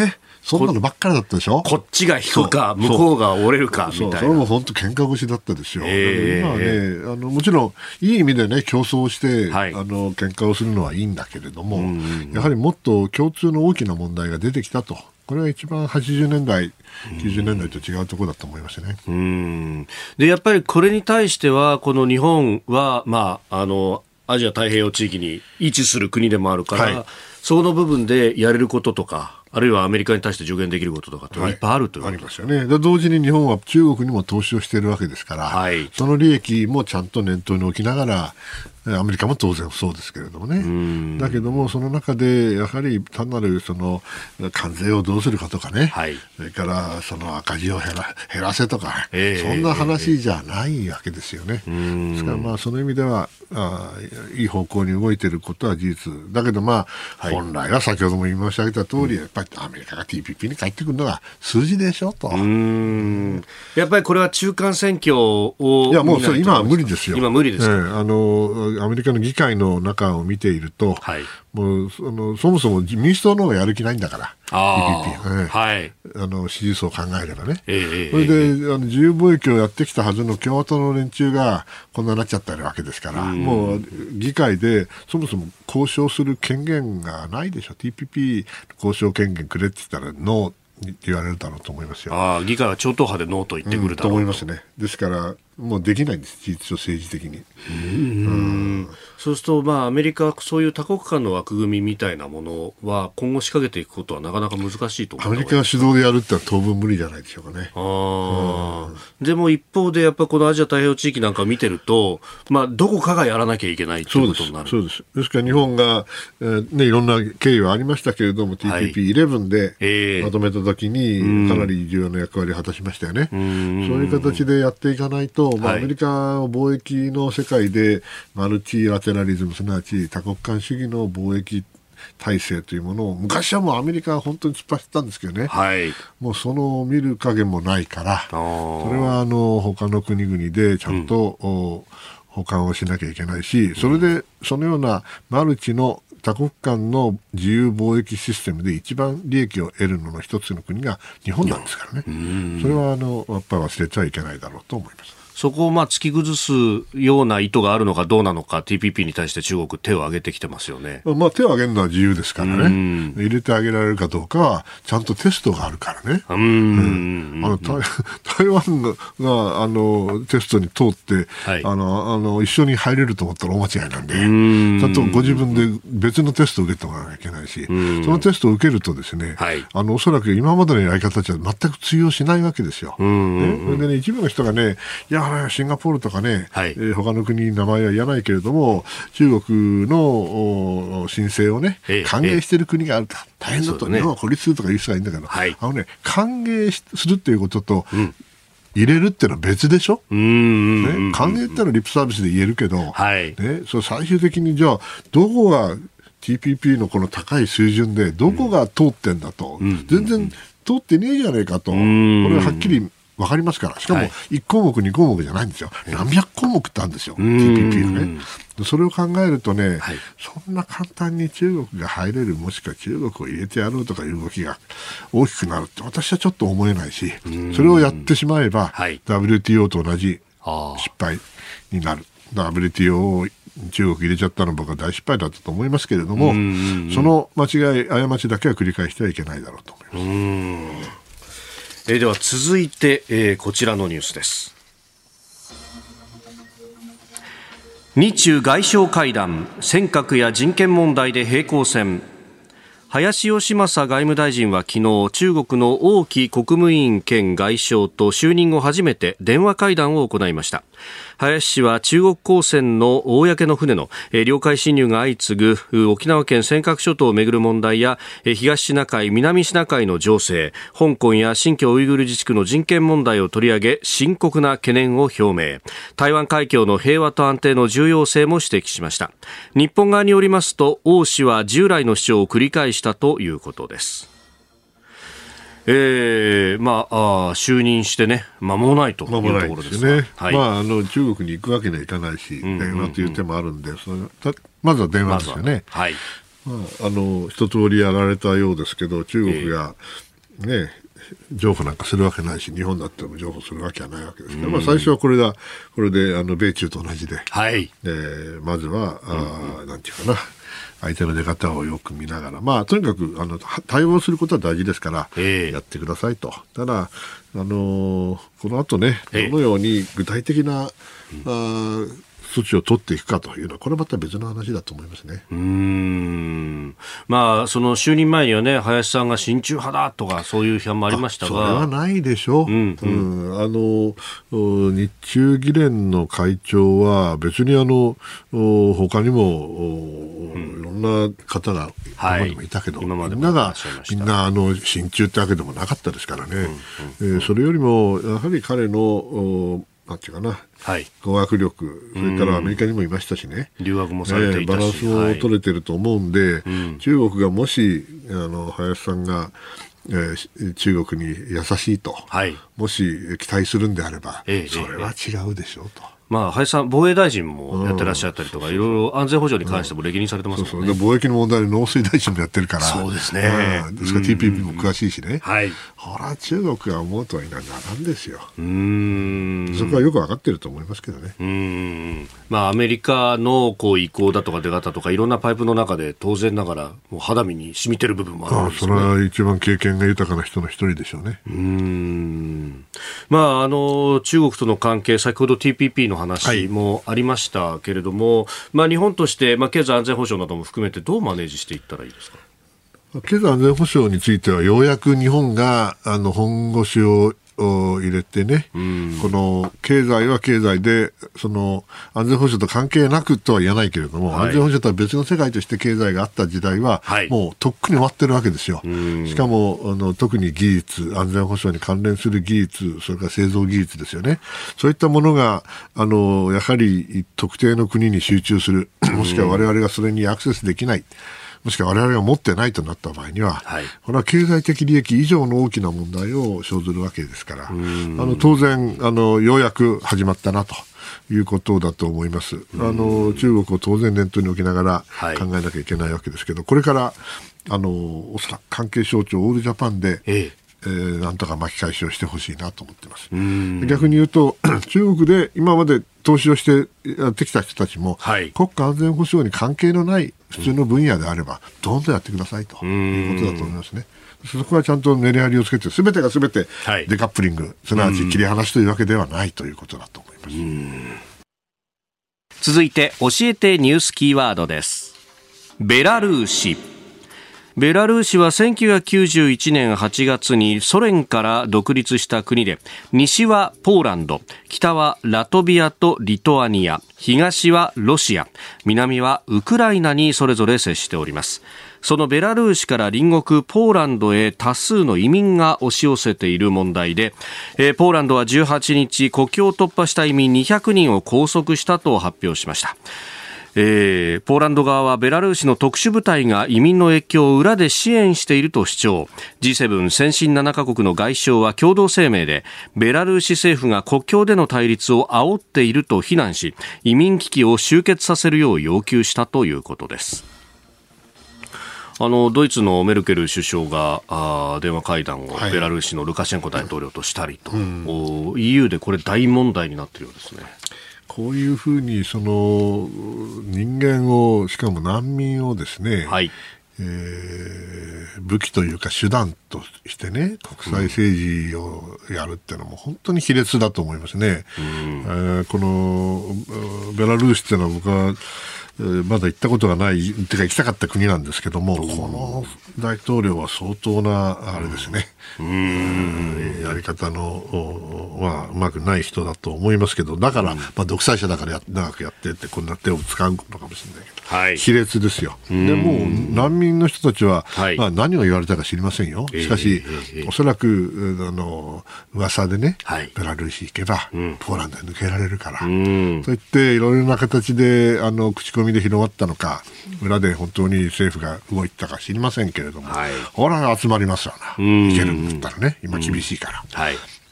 そんなのばっかりだったでしょ。 こっちが引くか向こうが折れるかみたいな。 それも本当喧嘩腰だったですよ。えー、今はね、あのもちろんいい意味でね競争して、はい、あの喧嘩をするのはいいんだけれども、やはりもっと共通の大きな問題が出てきたと。これは一番はちじゅうねんだい、きゅうじゅうねんだいと違うところだと思いますね。 うんでやっぱりこれに対してはこの日本は、まあ、あのアジア太平洋地域に位置する国でもあるから、はい、その部分でやれることとかあるいはアメリカに対して助言できることとかっていっぱいあるという、 はい、ありますよね。同時に日本は中国にも投資をしているわけですから、はい、その利益もちゃんと念頭に置きながらアメリカも当然そうですけれどもね。だけどもその中でやはり単なるその関税をどうするかとかね、はい、それからその赤字を減ら、減らせとか、えー、そんな話じゃないわけですよね。ですからまあその意味ではあいい方向に動いていることは事実だけど、まあ、はい、本来は先ほども言い申し上げた通り、やっぱりアメリカが ティーピーピー に帰ってくるのが数字でしょと。うーんやっぱりこれは中間選挙をいやもうそれ今は無理ですよ。 今無理ですか、 えー、あのアメリカの議会の中を見ていると、はい、もうそのそもそも民主党の方がやる気ないんだから、 あティーピーピー、ねはい、 あの支持層を考えればね、 えー、 それで、えー、あの自由貿易をやってきたはずの共和党の連中がこんなになっちゃったわけですから、うもう議会でそもそも交渉する権限がないでしょ。 ティーピーピー 交渉権限くれって言ったらノーって言われるだろうと思いますよ。 あ議会は超党派でノーと言ってくるだろう、うん、 と思いますね。ですからもうできないんです、事実上政治的に。 うんうんそうすると、まあ、アメリカはそういう多国間の枠組みみたいなものは今後仕掛けていくことはなかなか難しいと思う。 アメリカが主導でやるってのは当分無理じゃないでしょうかね。 あ、うん、でも一方でやっぱこのアジア太平洋地域なんかを見てると、まあ、どこかがやらなきゃいけないということになる。 そうです。そうです。ですから日本が、えーね、いろんな経緯はありましたけれども、はい、ティーピーピーイレブン でまとめたときにかなり重要な役割を果たしましたよね。うん、そういう形でやっていかないと、まあ、アメリカは貿易の世界でマルチラテラリズム、すなわち多国間主義の貿易体制というものを昔はもうアメリカは本当に突っ走ったんですけどね、はい、もうその見る影もないからそれはあの他の国々でちゃんと、うん、補完をしなきゃいけないし、それでそのようなマルチの多国間の自由貿易システムで一番利益を得るのの一つの国が日本なんですからね。それはあのやっぱり忘れてはいけないだろうと思います。 そこをまあ突き崩すような意図があるのかどうなのか ティーピーピー に対して中国手を挙げてきてますよね。 まあ、手を挙げるのは自由ですからね。入れてあげられるかどうかはちゃんとテストがあるからね。うん、あの台湾があのテストに通って、はい、あのあの一緒に入れると思ったら大間違いなんで、うんちゃんとご自分で別のテストを受けてもらわなきゃいけないし、そのテストを受けるとですね、はい、あのおそらく今までのやり方じゃ全く通用しないわけですよ。ね、それでね一部の人がねいやシンガポールとかね、はいえー、他の国に名前は言わないけれども中国の申請をね、えー、歓迎している国があると、えー、大変だと、ね、日本は孤立するとか言う人がいるんだけど、はい、あのね、歓迎するっていうことと、うん入れるってのは別でしょ。うんうんうんうん、ね、歓迎ってのはリップサービスで言えるけど、はいね、それ最終的にじゃあどこが ティーピーピー のこの高い水準でどこが通ってんだと、うん、全然通ってねえじゃねえかと、これははっきり分かりますから。しかもいっ項目に項目じゃないんですよ。何百項目ってあるんですよ、ティーピーピー がね。それを考えるとね、はい、そんな簡単に中国が入れる、もしくは中国を入れてやろうとかいう動きが大きくなるって私はちょっと思えないし、それをやってしまえば、はい、ダブリューティーオー と同じ失敗になる。ダブリューティーオー を中国入れちゃったのは僕は大失敗だったと思いますけれども、その間違い、過ちだけは繰り返してはいけないだろうと思います。うんえー、では続いて、えー、こちらのニュースです。日中外相会談、尖閣や人権問題で平行線。林芳正外務大臣は昨日、中国の王毅国務委員兼外相と就任後初めて電話会談を行いました。林氏は中国公船の公の船の領海侵入が相次ぐ沖縄県尖閣諸島をめぐる問題や東シナ海、南シナ海の情勢、香港や新疆ウイグル自治区の人権問題を取り上げ深刻な懸念を表明。台湾海峡の平和と安定の重要性も指摘しました。日本側によりますと王氏は従来の主張を繰り返したということです。えーまあ、あ就任してね間もないというところですね。 はい、まあ、あの中国に行くわけにはいかないし、うんうんうん、電話という手もあるんで、そのたまずは電話ですよね。まはいまあ、あの一通りやられたようですけど、中国が、えね、譲歩なんかするわけないし、日本だっても譲歩するわけはないわけですから、まあ、最初はこれだ、これであの米中と同じで、 はい、 えー、まずは、あ、うん、なんていうかな、相手の出方をよく見ながら、まあ、とにかくあの対応することは大事ですから、えー、やってくださいと。ただ、あのー、この後ね、どのように具体的な、えー、あ措置を取っていくかというのは、これまた別の話だと思いますね。 うーん、まあ、その就任前にはね、林さんが親中派だとか、そういう批判もありましたが、 それはないでしょう。うんうん、あの日中議連の会長は、別にあの他にも、うん、いろんな方が今までもいたけど、はい、みんながみんなあの親中ってわけでもなかったですからね、うんうんうん、えー、それよりもやはり彼のなんていうかな、はい、語学力、それからアメリカにもいましたしね、 留学もされていたし、 えー、バランスを取れてると思うんで、はい、中国がもしあの林さんが、えー、中国に優しいと、はい、もし期待するんであれば、えー、それは違うでしょうと。 まあ、林さん、防衛大臣もやってらっしゃったりとか、いろいろ安全保障に関しても歴任されてますもんね。 そうそう、で貿易の問題で農水大臣もやってるから、 そうですね。 うん、ですから ティーピーピー も詳しいしね。はい。ほら、中国が思うとはならんですよ。うーん。そこはよく分かってると思いますけどね。 うーん。まあ、アメリカのこう意向だとか出方とか、いろんなパイプの中で当然ながら、もう肌身に染みてる部分もあるんですね。 ああ、それは一番経験が豊かな人の一人でしょうね。 うーん。まあ、あの、中国との関係、先ほど ティーピーピー の話も、はい、ありましたけれども、まあ、日本として、まあ、経済安全保障なども含めてどうマネージしていったらいいですか。 経済安全保障についてはようやく日本があの本腰を入れてね、うん、この経済は経済でその安全保障と関係なくとは言わないけれども、はい、安全保障とは別の世界として経済があった時代は、はい、もうとっくに終わってるわけですよ。うん、しかもあの特に技術、安全保障に関連する技術、それから製造技術ですよね。そういったものがあのやはり特定の国に集中する、もしくは我々がそれにアクセスできない、もしくは我々が持ってないとなった場合には、はい、これは経済的利益以上の大きな問題を生ずるわけですから、あの当然あのようやく始まったなということだと思います。あの中国を当然念頭に置きながら考えなきゃいけないわけですけど、はい、これからあのおそらく関係省庁オールジャパンで、えええー、なんとか巻き返しをしてほしいなと思っています。逆に言うと中国で今まで投資をしてやってきた人たちも、はい、国家安全保障に関係のない普通の分野であればどんどんやってくださいということだと思いますね。そこはちゃんと練り張りをつけて、全てが全てデカップリング、はい、すなわち切り離しというわけではないということだと思います。うん、 続いて教えてニュースキーワードです。ベラルーシ。ベラルーシはせんきゅうひゃくきゅうじゅういちねんはちがつにソ連から独立した国で、西はポーランド、北はラトビアとリトアニア、東はロシア、南はウクライナにそれぞれ接しております。そのベラルーシから隣国ポーランドへ多数の移民が押し寄せている問題で、えー、ポーランドはじゅうはちにち国境を突破した移民にひゃくにんを拘束したと発表しました。えー、ポーランド側はベラルーシの特殊部隊が移民の越境を裏で支援していると主張。 ジーセブン 先進ななカ国の外相は共同声明で、ベラルーシ政府が国境での対立を煽っていると非難し、移民危機を終結させるよう要求したということです。あのドイツのメルケル首相があ電話会談をベラルーシのルカシェンコ大統領としたりと、はい、うん、イーユー でこれ大問題になっているようですね。 こういうふうにその人間を、しかも難民をですね、はい、えー、武器というか手段としてね、国際政治をやるっていうのも本当に卑劣だと思いますね。うん、えー、このベラルーシっていうのは僕はまだ行ったことがない、ていうか行きたかった国なんですけども、この大統領は相当なあれですね、うん、やり方のまあうまくない人だと思いますけど、だから、うん、まあ、独裁者だからや長くやってってこんな手を使うのかもしれないけど、はい、卑劣ですよ。でもう難民の人たちは、はい、まあ、何を言われたか知りませんよ。しかし、えーえー、おそらくあの噂でね、はい、ベラルーシ行けば、うん、ポーランドに抜けられるから、うん、そういっていろいろな形であの口コミで広まったのか、裏で本当に政府が動いたか知りませんけれども、はい、ほら集まりますわな、行けるんだったらね、今厳しいから、はい、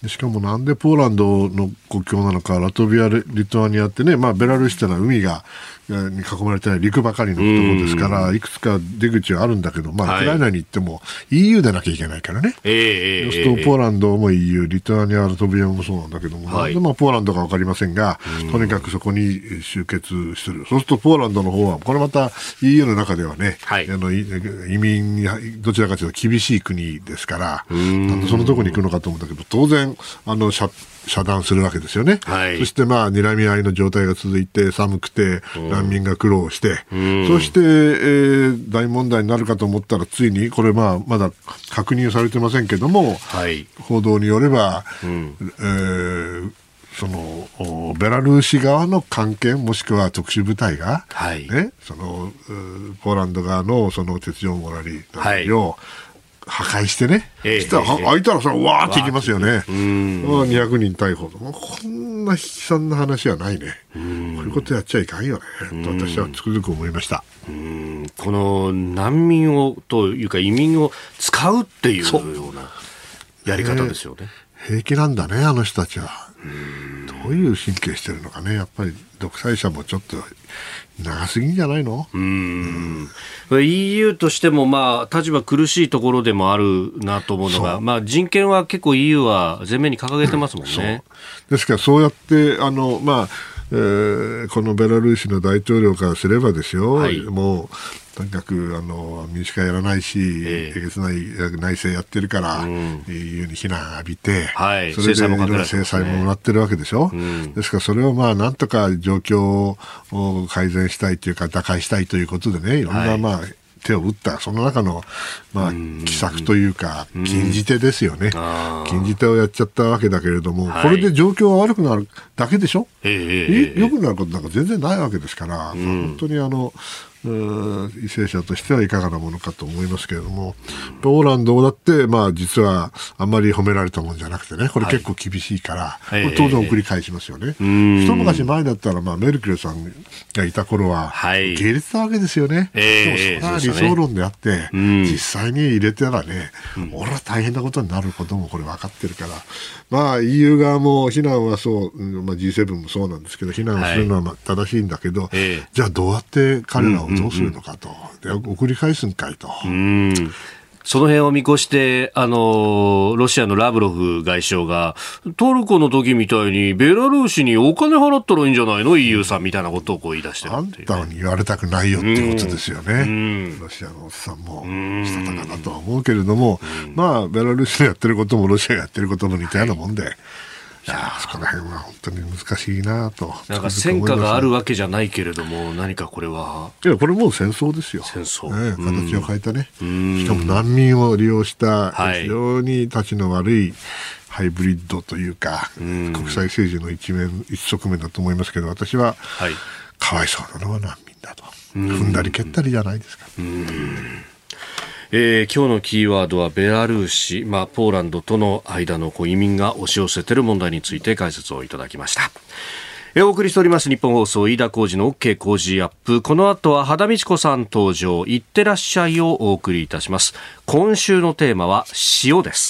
でしかもなんでポーランドの国境なのか、ラトビア、リトアニアってね、まあ、ベラルーシというのは海がに囲まれてない陸ばかりのところですから、いくつか出口はあるんだけど、まあ、ウクライナに行っても イーユー でなきゃいけないからね。えー、そうするとポーランドも イーユー、リトアニア、ラトビアもそうなんだけども、はい、なんでまあポーランドか分かりませんが、とにかくそこに集結する。そうするとポーランドの方は、これまた イーユー の中ではね、はい、あの移民にどちらかというと厳しい国ですから、なんでそのところに行くのかと思うんだけど、当然、あの、遮断するわけですよね。はい、そしてまあ睨み合いの状態が続いて、寒くて難民が苦労して、そして、えー、大問題になるかと思ったら、ついにこれまあまだ確認されてませんけども、はい、報道によれば、うんえーそのベラルーシ側の関係もしくは特殊部隊が、はいね、そのポーランド側のその鉄条網なりを破壊してね、はい、したら、えー、開いたらさわーっていきますよね。うんにひゃくにん逮捕。こんな悲惨な話はないね。うんこういうことやっちゃいかんよねと私はつくづく思いました。 うんこの難民をというか移民を使うっていうようなやり方ですよね。 平気なんだねあの人たちは。どういう神経してるのかね。やっぱり独裁者もちょっと長すぎんじゃないの。うーんイーユー としてもまあ立場苦しいところでもあるなと思うのが、まあ、人権は結構 イーユー は前面に掲げてますもんね。 そうですからそうやってあの、まあえー、このベラルーシの大統領からすればですよ、はい、もうとにかくあの民主化やらないし、えげつない内政やってるから、うん、いうに非難浴びて、はい、それでいろいろ制裁ももらってるわけでしょ、うん、ですからそれをまあなんとか状況を改善したいというか打開したいということでね、いろんなまあ、はい手を打ったその中の、まあ、奇策というか禁じ手ですよね。禁じ手をやっちゃったわけだけれども、はい、これで状況が悪くなるだけでしょ。え良くなることなんか全然ないわけですから、うん、本当にあの為政者としてはいかがなものかと思いますけれども、ポーランドだって、まあ、実はあんまり褒められたもんじゃなくてね、これ結構厳しいから、はい、当然送り返しますよね。一昔前だったら、まあ、メルケルさんがいた頃は受け入れてたわけですよね。でもそれは理想論であって、実際に入れたらね、俺は大変なことになることもこれ分かってるから、まあ、イーユー 側も非難はそう、まあ、ジーセブンもそうなんですけど、非難するのはまあ正しいんだけど、はい、じゃあどうやって彼らをどうするのかと、うんうん、で送り返すんかいと。うんその辺を見越して、あの、ロシアのラブロフ外相が、トルコの時みたいにベラルーシにお金払ったらいいんじゃないの イーユー さんみたいなことをこう言い出してるっていう、ね、 あんたに言われたくないよっていうことですよね。うん、ロシアのおっさんもしたたかだとは思うけれども、まあ、ベラルーシでやってることもロシアがやってることも似たようなもんで、はいいやそこら辺は本当に難しいなと。 なんか戦果があるわけじゃないけれども、何かこれは。 いや、これもう戦争ですよ。 戦争。 ね、形を変えたね。しかも難民を利用した非常に立ちの悪いハイブリッドというか、国際政治の一面、一側面だと思いますけど、私は、はい、かわいそうなのは難民だと。踏んだり蹴ったりじゃないですか。うんえー、今日のキーワードはベラルーシ、まあ、ポーランドとの間のこう移民が押し寄せている問題について解説をいただきました。えー、お送りしております日本放送飯田浩司の OK 工事アップ。この後は羽田美智子さん登場、いってらっしゃいをお送りいたします。今週のテーマは塩です。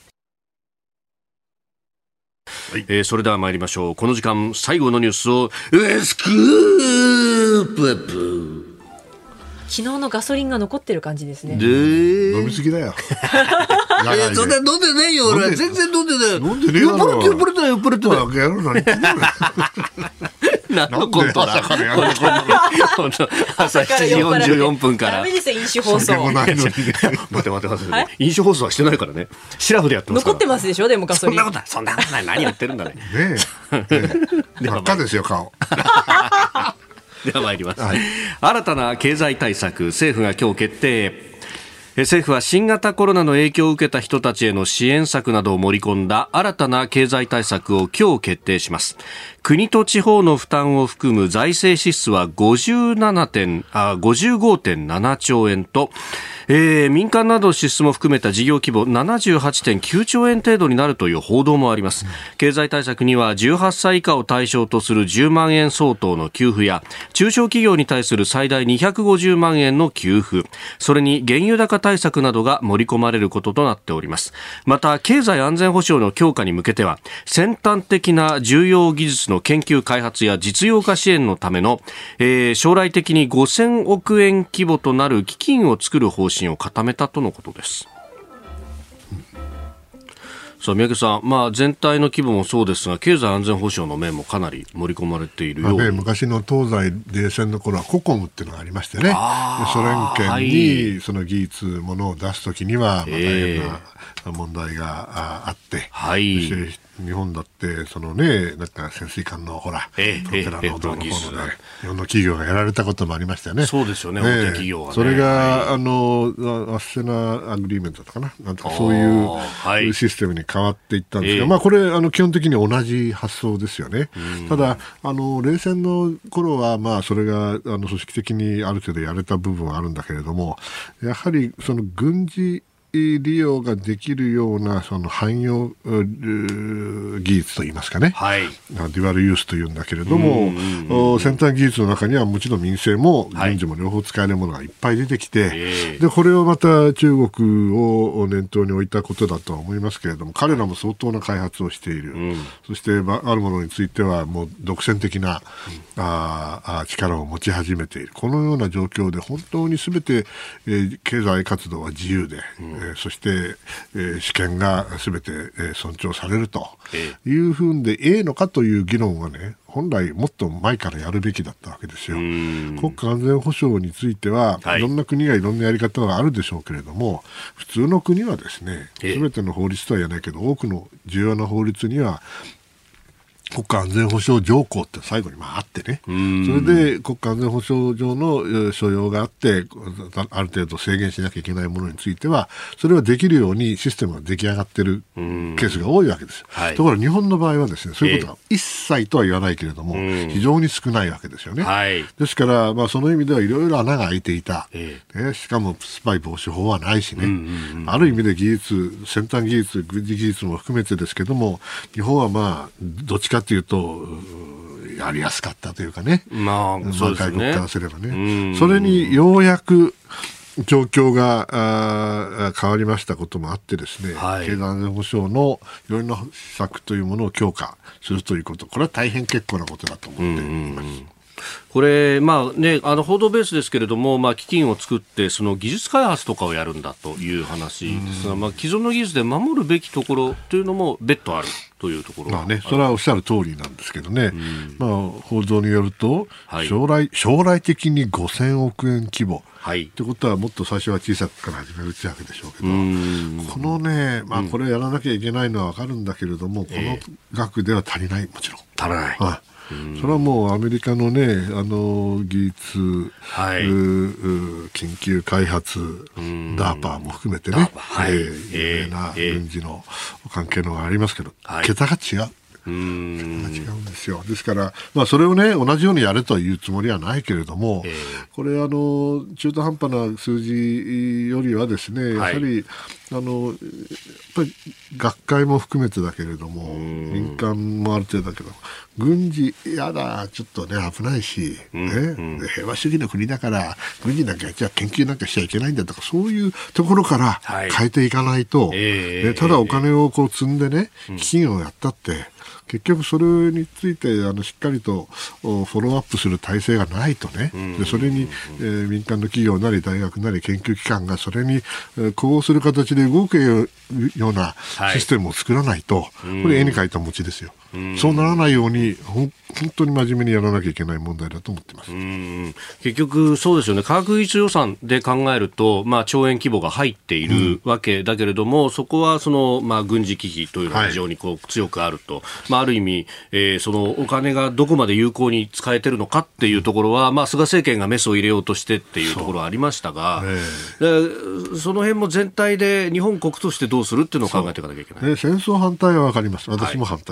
はいえー、それでは参りましょう。この時間最後のニュースをスクープアップ。 昨日のガソリンが残ってる感じですね。 で飲みすぎだよ。 いやそんな飲んでないよ俺。全然飲んでないよ。 飲んでねえだろ。 酔っ払って酔っ払って酔っ払って。 やるのに。 何のコントだ。朝しちじよんじゅうよんぷんから。 ダメですよ飲酒放送。 待て待て待て。飲酒放送はしてないからね。シラフでやってますから。 残ってますでしょでもガソリン。 そんなことないそんなことない何言ってるんだね。 ねえ。真っ赤ですよ顔。 では参ります、はい、新たな経済対策政府が今日決定。政府は新型コロナの影響を受けた人たちへの支援策などを盛り込んだ新たな経済対策を今日決定します。国と地方の負担を含む財政支出はごじゅうななてんごじゅうごてんななちょうえんとえー、民間などの支出も含めた事業規模 ななじゅうはちてんきゅうちょうえん程度になるという報道もあります。経済対策にはじゅうはっさい以下を対象とするじゅうまんえん相当の給付や中小企業に対する最大にひゃくごじゅうまんえんの給付、それに原油高対策などが盛り込まれることとなっております。また経済安全保障の強化に向けては先端的な重要技術の研究開発や実用化支援のための、えー、将来的にごせんおくえん規模となる基金を作る方針を固めたとのことです。さあ三宅さん、まあ、全体の規模もそうですが経済安全保障の面もかなり盛り込まれているように、まあね、 昔の東西冷戦の頃はココムっていうのがありましてね、ソ連圏にその技術ものを出すときには、まあ、大変な問題があって、はい、そして日本だってその、ね、なんか潜水艦のほら、えー、プロペラのどうのこうので、日本の企業がやられたこともありましたよね。 そうですよね、大手企業がね。 それが、はい、あのアッセナアグリーメントだったかな、なんとかそういうシステムに変わっていったんですが、はい、まあ、これあの基本的に同じ発想ですよね。ただあの冷戦の頃は、まあ、それがあの組織的にある程度やれた部分はあるんだけれども、やはりその軍事利用ができるようなその汎用技術といいますかね、はい、デュアルユースというんだけれども、先端技術の中にはもちろん民生も軍事も両方使えるものがいっぱい出てきて、はい、でこれをまた中国を念頭に置いたことだとは思いますけれども、彼らも相当な開発をしている、うん、そしてあるものについてはもう独占的な、うん、あ力を持ち始めている。このような状況で本当に全て、えー、経済活動は自由で、うんそして、えー、主権がすべて、えー、尊重されるというふうでええのかという議論はね、本来もっと前からやるべきだったわけですよ。国家安全保障については、はい、いろんな国がいろんなやり方があるでしょうけれども、普通の国はですね、すべての法律とは言えないけど多くの重要な法律には国家安全保障条項って最後にまああってね、それで国家安全保障上の所要があってある程度制限しなきゃいけないものについてはそれはできるようにシステムが出来上がっているケースが多いわけです、はい、ところが日本の場合はですね、そういうことが一切とは言わないけれども、えー、非常に少ないわけですよね、はい、ですから、まあ、その意味ではいろいろ穴が開いていた、えーね、しかもスパイ防止法はないしね、うんうんうん、ある意味で技術先端技術軍事技術も含めてですけども、日本はまあどっちかというとやりやすかったというかね、まあそうですね、外国からすればね、それにようやく状況があ変わりましたこともあってですね、はい、経済安全保障のいろいろな施策というものを強化するということ、これは大変結構なことだと思っています。うんうん、 これ、まあね、あの報道ベースですけれども、まあ、基金を作ってその技術開発とかをやるんだという話ですが、まあ、既存の技術で守るべきところというのも別途あるというところが、 まあね、それはおっしゃる通りなんですけどね、うん、まあ、報道によると、はい、将来、将来的にごせんおくえん規模、はい、ってことはもっと最初は小さくから始めるってわけでしょうけど、このね、まあ、これやらなきゃいけないのは分かるんだけれども、うん、この額では足りない、もちろん足らない、 はい、それはもうアメリカのね、あの技術、はい、緊急開発 ダーパー も含めてね、はい、えー、有名な軍事の関係のがありますけど、はい、桁が違う。うーん違うんですよ。ですから、まあ、それをね同じようにやれというつもりはないけれども、えー、これあの中途半端な数字よりはですね、やはり、はい、あのやっぱり学会も含めてだけれども民間もある程度だけど軍事やだちょっとね危ないし、ね、で平和主義の国だから軍事なんかじゃあ研究なんかしちゃいけないんだとかそういうところから変えていかないと、はい、えーね、ただお金をこう積んでね基金をやったって、結局それについてあのしっかりとフォローアップする体制がないとね、でそれに、えー、民間の企業なり大学なり研究機関がそれに、えー、呼応する形で動くようなシステムを作らないと、はい、これ絵に描いた餅ですよ。そうならないように本当に真面目にやらなきゃいけない問題だと思ってます。 うん、結局そうですよね。科学技術予算で考えると、まあ、兆円規模が入っているわけだけれども、うん、そこはその、まあ、軍事機器というのが非常にこう、はい、強くあると、まあ、ある意味、えー、そのお金がどこまで有効に使えてるのかっていうところは、まあ、菅政権がメスを入れようとしてっていうところはありましたが、そ,、えー、その辺も全体で日本国としてどうするっていうのを考えていかなきゃいけない。 戦争反対は分かります。私も反対です。はい、だ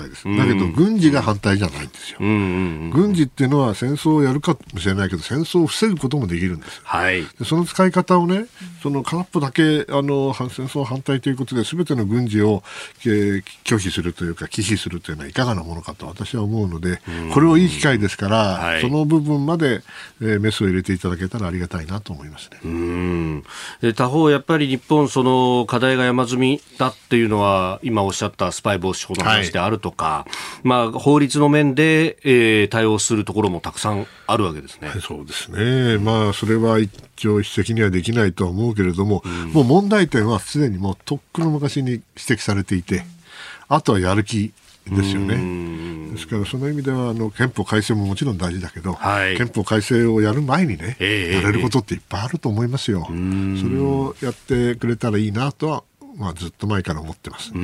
けど軍事が反対じゃないんですよ、うんうんうん、軍事っていうのは戦争をやるかもしれないけど戦争を防ぐこともできるんです、はい、でその使い方をねその片っぽだけあの戦争反対ということで全ての軍事を、えー、拒否するというか忌避するというのはいかがなものかと私は思うので、これをいい機会ですから、はい、その部分まで、えー、メスを入れていただけたらありがたいなと思いますね。 うんで他方やっぱり日本その課題が山積みだっていうのは今おっしゃったスパイ防止法の話であるとか、はい、まあ、法律の面で、えー、対応するところもたくさんあるわけですね。 そうですね、まあ、それは一朝一夕にはできないとは思うけれども、うん、もう問題点はすでにもうとっくの昔に指摘されていて、あとはやる気ですよね。ですからその意味ではあの憲法改正ももちろん大事だけど、はい、憲法改正をやる前にね、えー、やれることっていっぱいあると思いますよ。それをやってくれたらいいなとは、まあ、ずっと前から思ってます。 うん、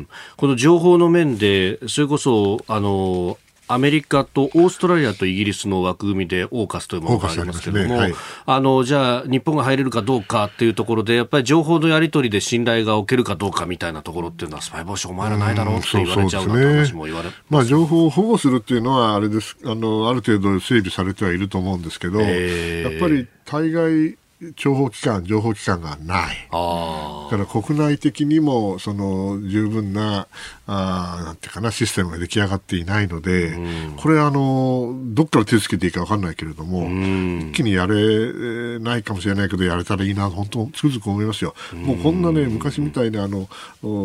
この情報の面でそれこそあのアメリカとオーストラリアとイギリスの枠組みでオーカスというものがありますけれども、ねはい、あのじゃあ日本が入れるかどうかっていうところでやっぱり情報のやり取りで信頼がおけるかどうかみたいなところっていうのはスパイ防止お前らないだろうって言われちゃうなって話も言われ、 まあ、情報を保護するっていうのはあれですあのある程度整備されてはいると思うんですけど、えー、やっぱり対外諜報機関、情報機関がない。あだから国内的にもその十分な、あなんていうかなシステムが出来上がっていないので、うん、これあのどっから手つけていいか分かんないけれども、うん、一気にやれないかもしれないけどやれたらいいな本当つくづく思いますよ。うん、もうこんなね昔みたいにあの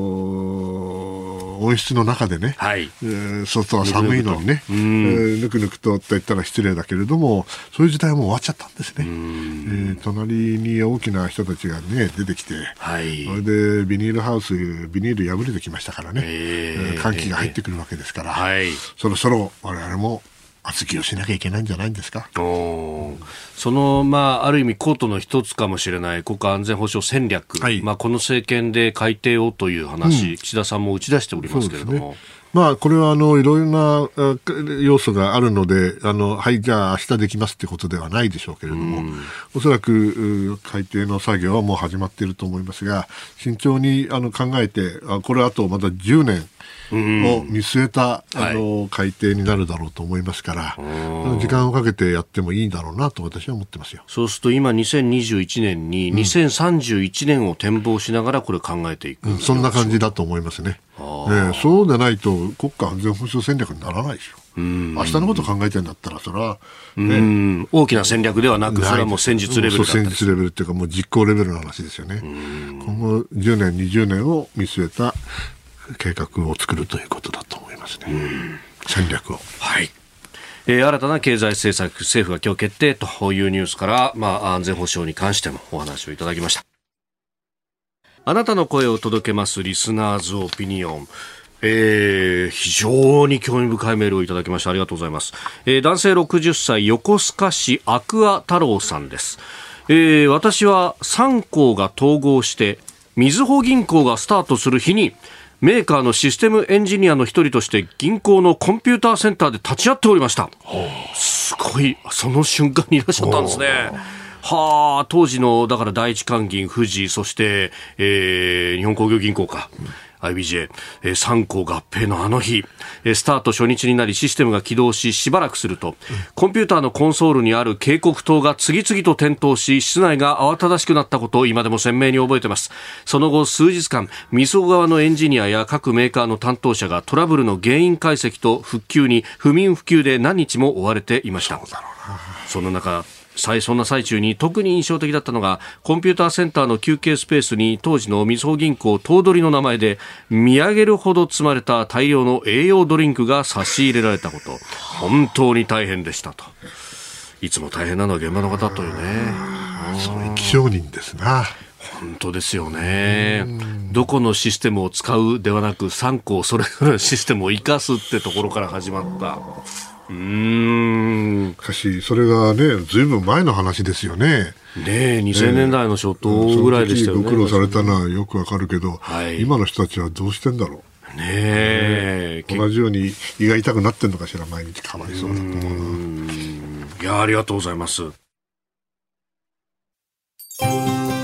温室の中でね、はいえー、外は寒いのにね、ぬくぬくと、えー、ぬくぬくとって言ったら失礼だけれども、そういう時代はもう終わっちゃったんですね。うんえー、隣に大きな人たちが、ね、出てきて、はい、それでビニールハウスビニール破れてきましたからね、えー、寒気が入ってくるわけですから、はい、そろそろ我々も厚着をしなきゃいけないんじゃないんですか。 おその、まあ、ある意味コートの一つかもしれない国家安全保障戦略、はいまあ、この政権で改定をという話、うん、岸田さんも打ち出しておりますけれども、 まあ、これはあのいろいろな要素があるのであのはいじゃあ明日できますってことではないでしょうけれども、うん、おそらく改定の作業はもう始まっていると思いますが慎重にあの考えてこれあとまだじゅうねんを見据えた、うん、あの改定になるだろうと思いますから、はい、時間をかけてやってもいいだろうなと私は思ってますよ。 そうすると今にせんにじゅういちねんににせんさんじゅういちねんを展望しながらこれ考えていく、 うん、そんな感じだと思いますね。ねそうでないと国家安全保障戦略にならないでしょ。うん明日のこと考えてるんだったらそれは、 ね、うん大きな戦略ではなくそれはもう戦術レベルだったり、 戦術レベルっていうかもう実行レベルの話ですよね。今後じゅうねんにじゅうねんを見据えた計画を作るということだと思いますね。戦略を、 はいえー、新たな経済政策政府が今日決定というニュースから、まあ、安全保障に関してもお話をいただきました。あなたの声を届けますリスナーズオピニオン、えー、非常に興味深いメールをいただきましてありがとうございます。えー、男性ろくじゅっさい横須賀市アクア太郎さんです。えー、私はさん行が統合してみずほ銀行がスタートする日にメーカーのシステムエンジニアの一人として銀行のコンピューターセンターで立ち会っておりました。すごいその瞬間にいらっしゃったんですね。はあ、当時のだから第一関銀、富士、そして、えー、日本工業銀行か、うん、アイビージェー、えー、さん行合併のあの日、えー、スタート初日になりシステムが起動ししばらくすると、うん、コンピューターのコンソールにある警告灯が次々と点灯し室内が慌ただしくなったことを今でも鮮明に覚えています。その後数日間みずほ側のエンジニアや各メーカーの担当者がトラブルの原因解析と復旧に不眠不休で何日も追われていました。そうだろうな。その中そんな最中に特に印象的だったのがコンピューターセンターの休憩スペースに当時のみずほ銀行頭取の名前で見上げるほど積まれた大量の栄養ドリンクが差し入れられたこと、本当に大変でしたと。いつも大変なのは現場の方というね。 それ気象人ですな。 本当ですよね。どこのシステムを使うではなくさん行それぞれのシステムを生かすってところから始まった。うーんしかしそれがねずいぶん前の話ですよね。 ねえにせんねんだいの初頭ぐらいでしたよね。 ご苦労されたのはよくわかるけど、はい、今の人たちはどうしてんだろう。ねえ、同じように胃が痛くなってんのかしら。毎日かわいそうだと思うな。うんいやありがとうございます。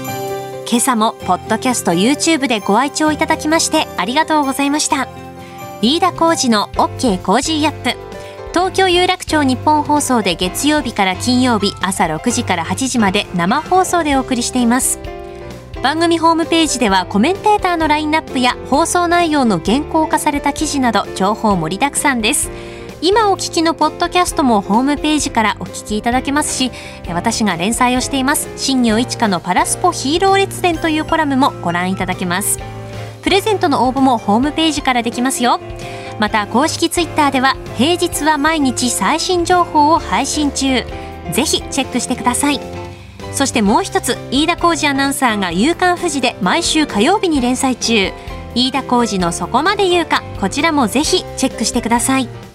今朝もポッドキャスト YouTube でご愛聴いただきましてありがとうございました。 飯田浩司の OK コージーアップ。東京有楽町日本放送で月曜日から金曜日朝ろくじからはちじまで生放送でお送りしています。番組ホームページではコメンテーターのラインナップや放送内容の原稿化された記事など情報盛りだくさんです。今お聞きのポッドキャストもホームページからお聞きいただけますし、私が連載をしています新業一華のパラスポヒーロー列伝というコラムもご覧いただけます。プレゼントの応募もホームページからできますよ。また公式ツイッターでは平日は毎日最新情報を配信中。ぜひチェックしてください。そしてもう一つ、飯田浩司アナウンサーが夕刊フジで毎週火曜日に連載中、飯田浩司のそこまで言うか、こちらもぜひチェックしてください。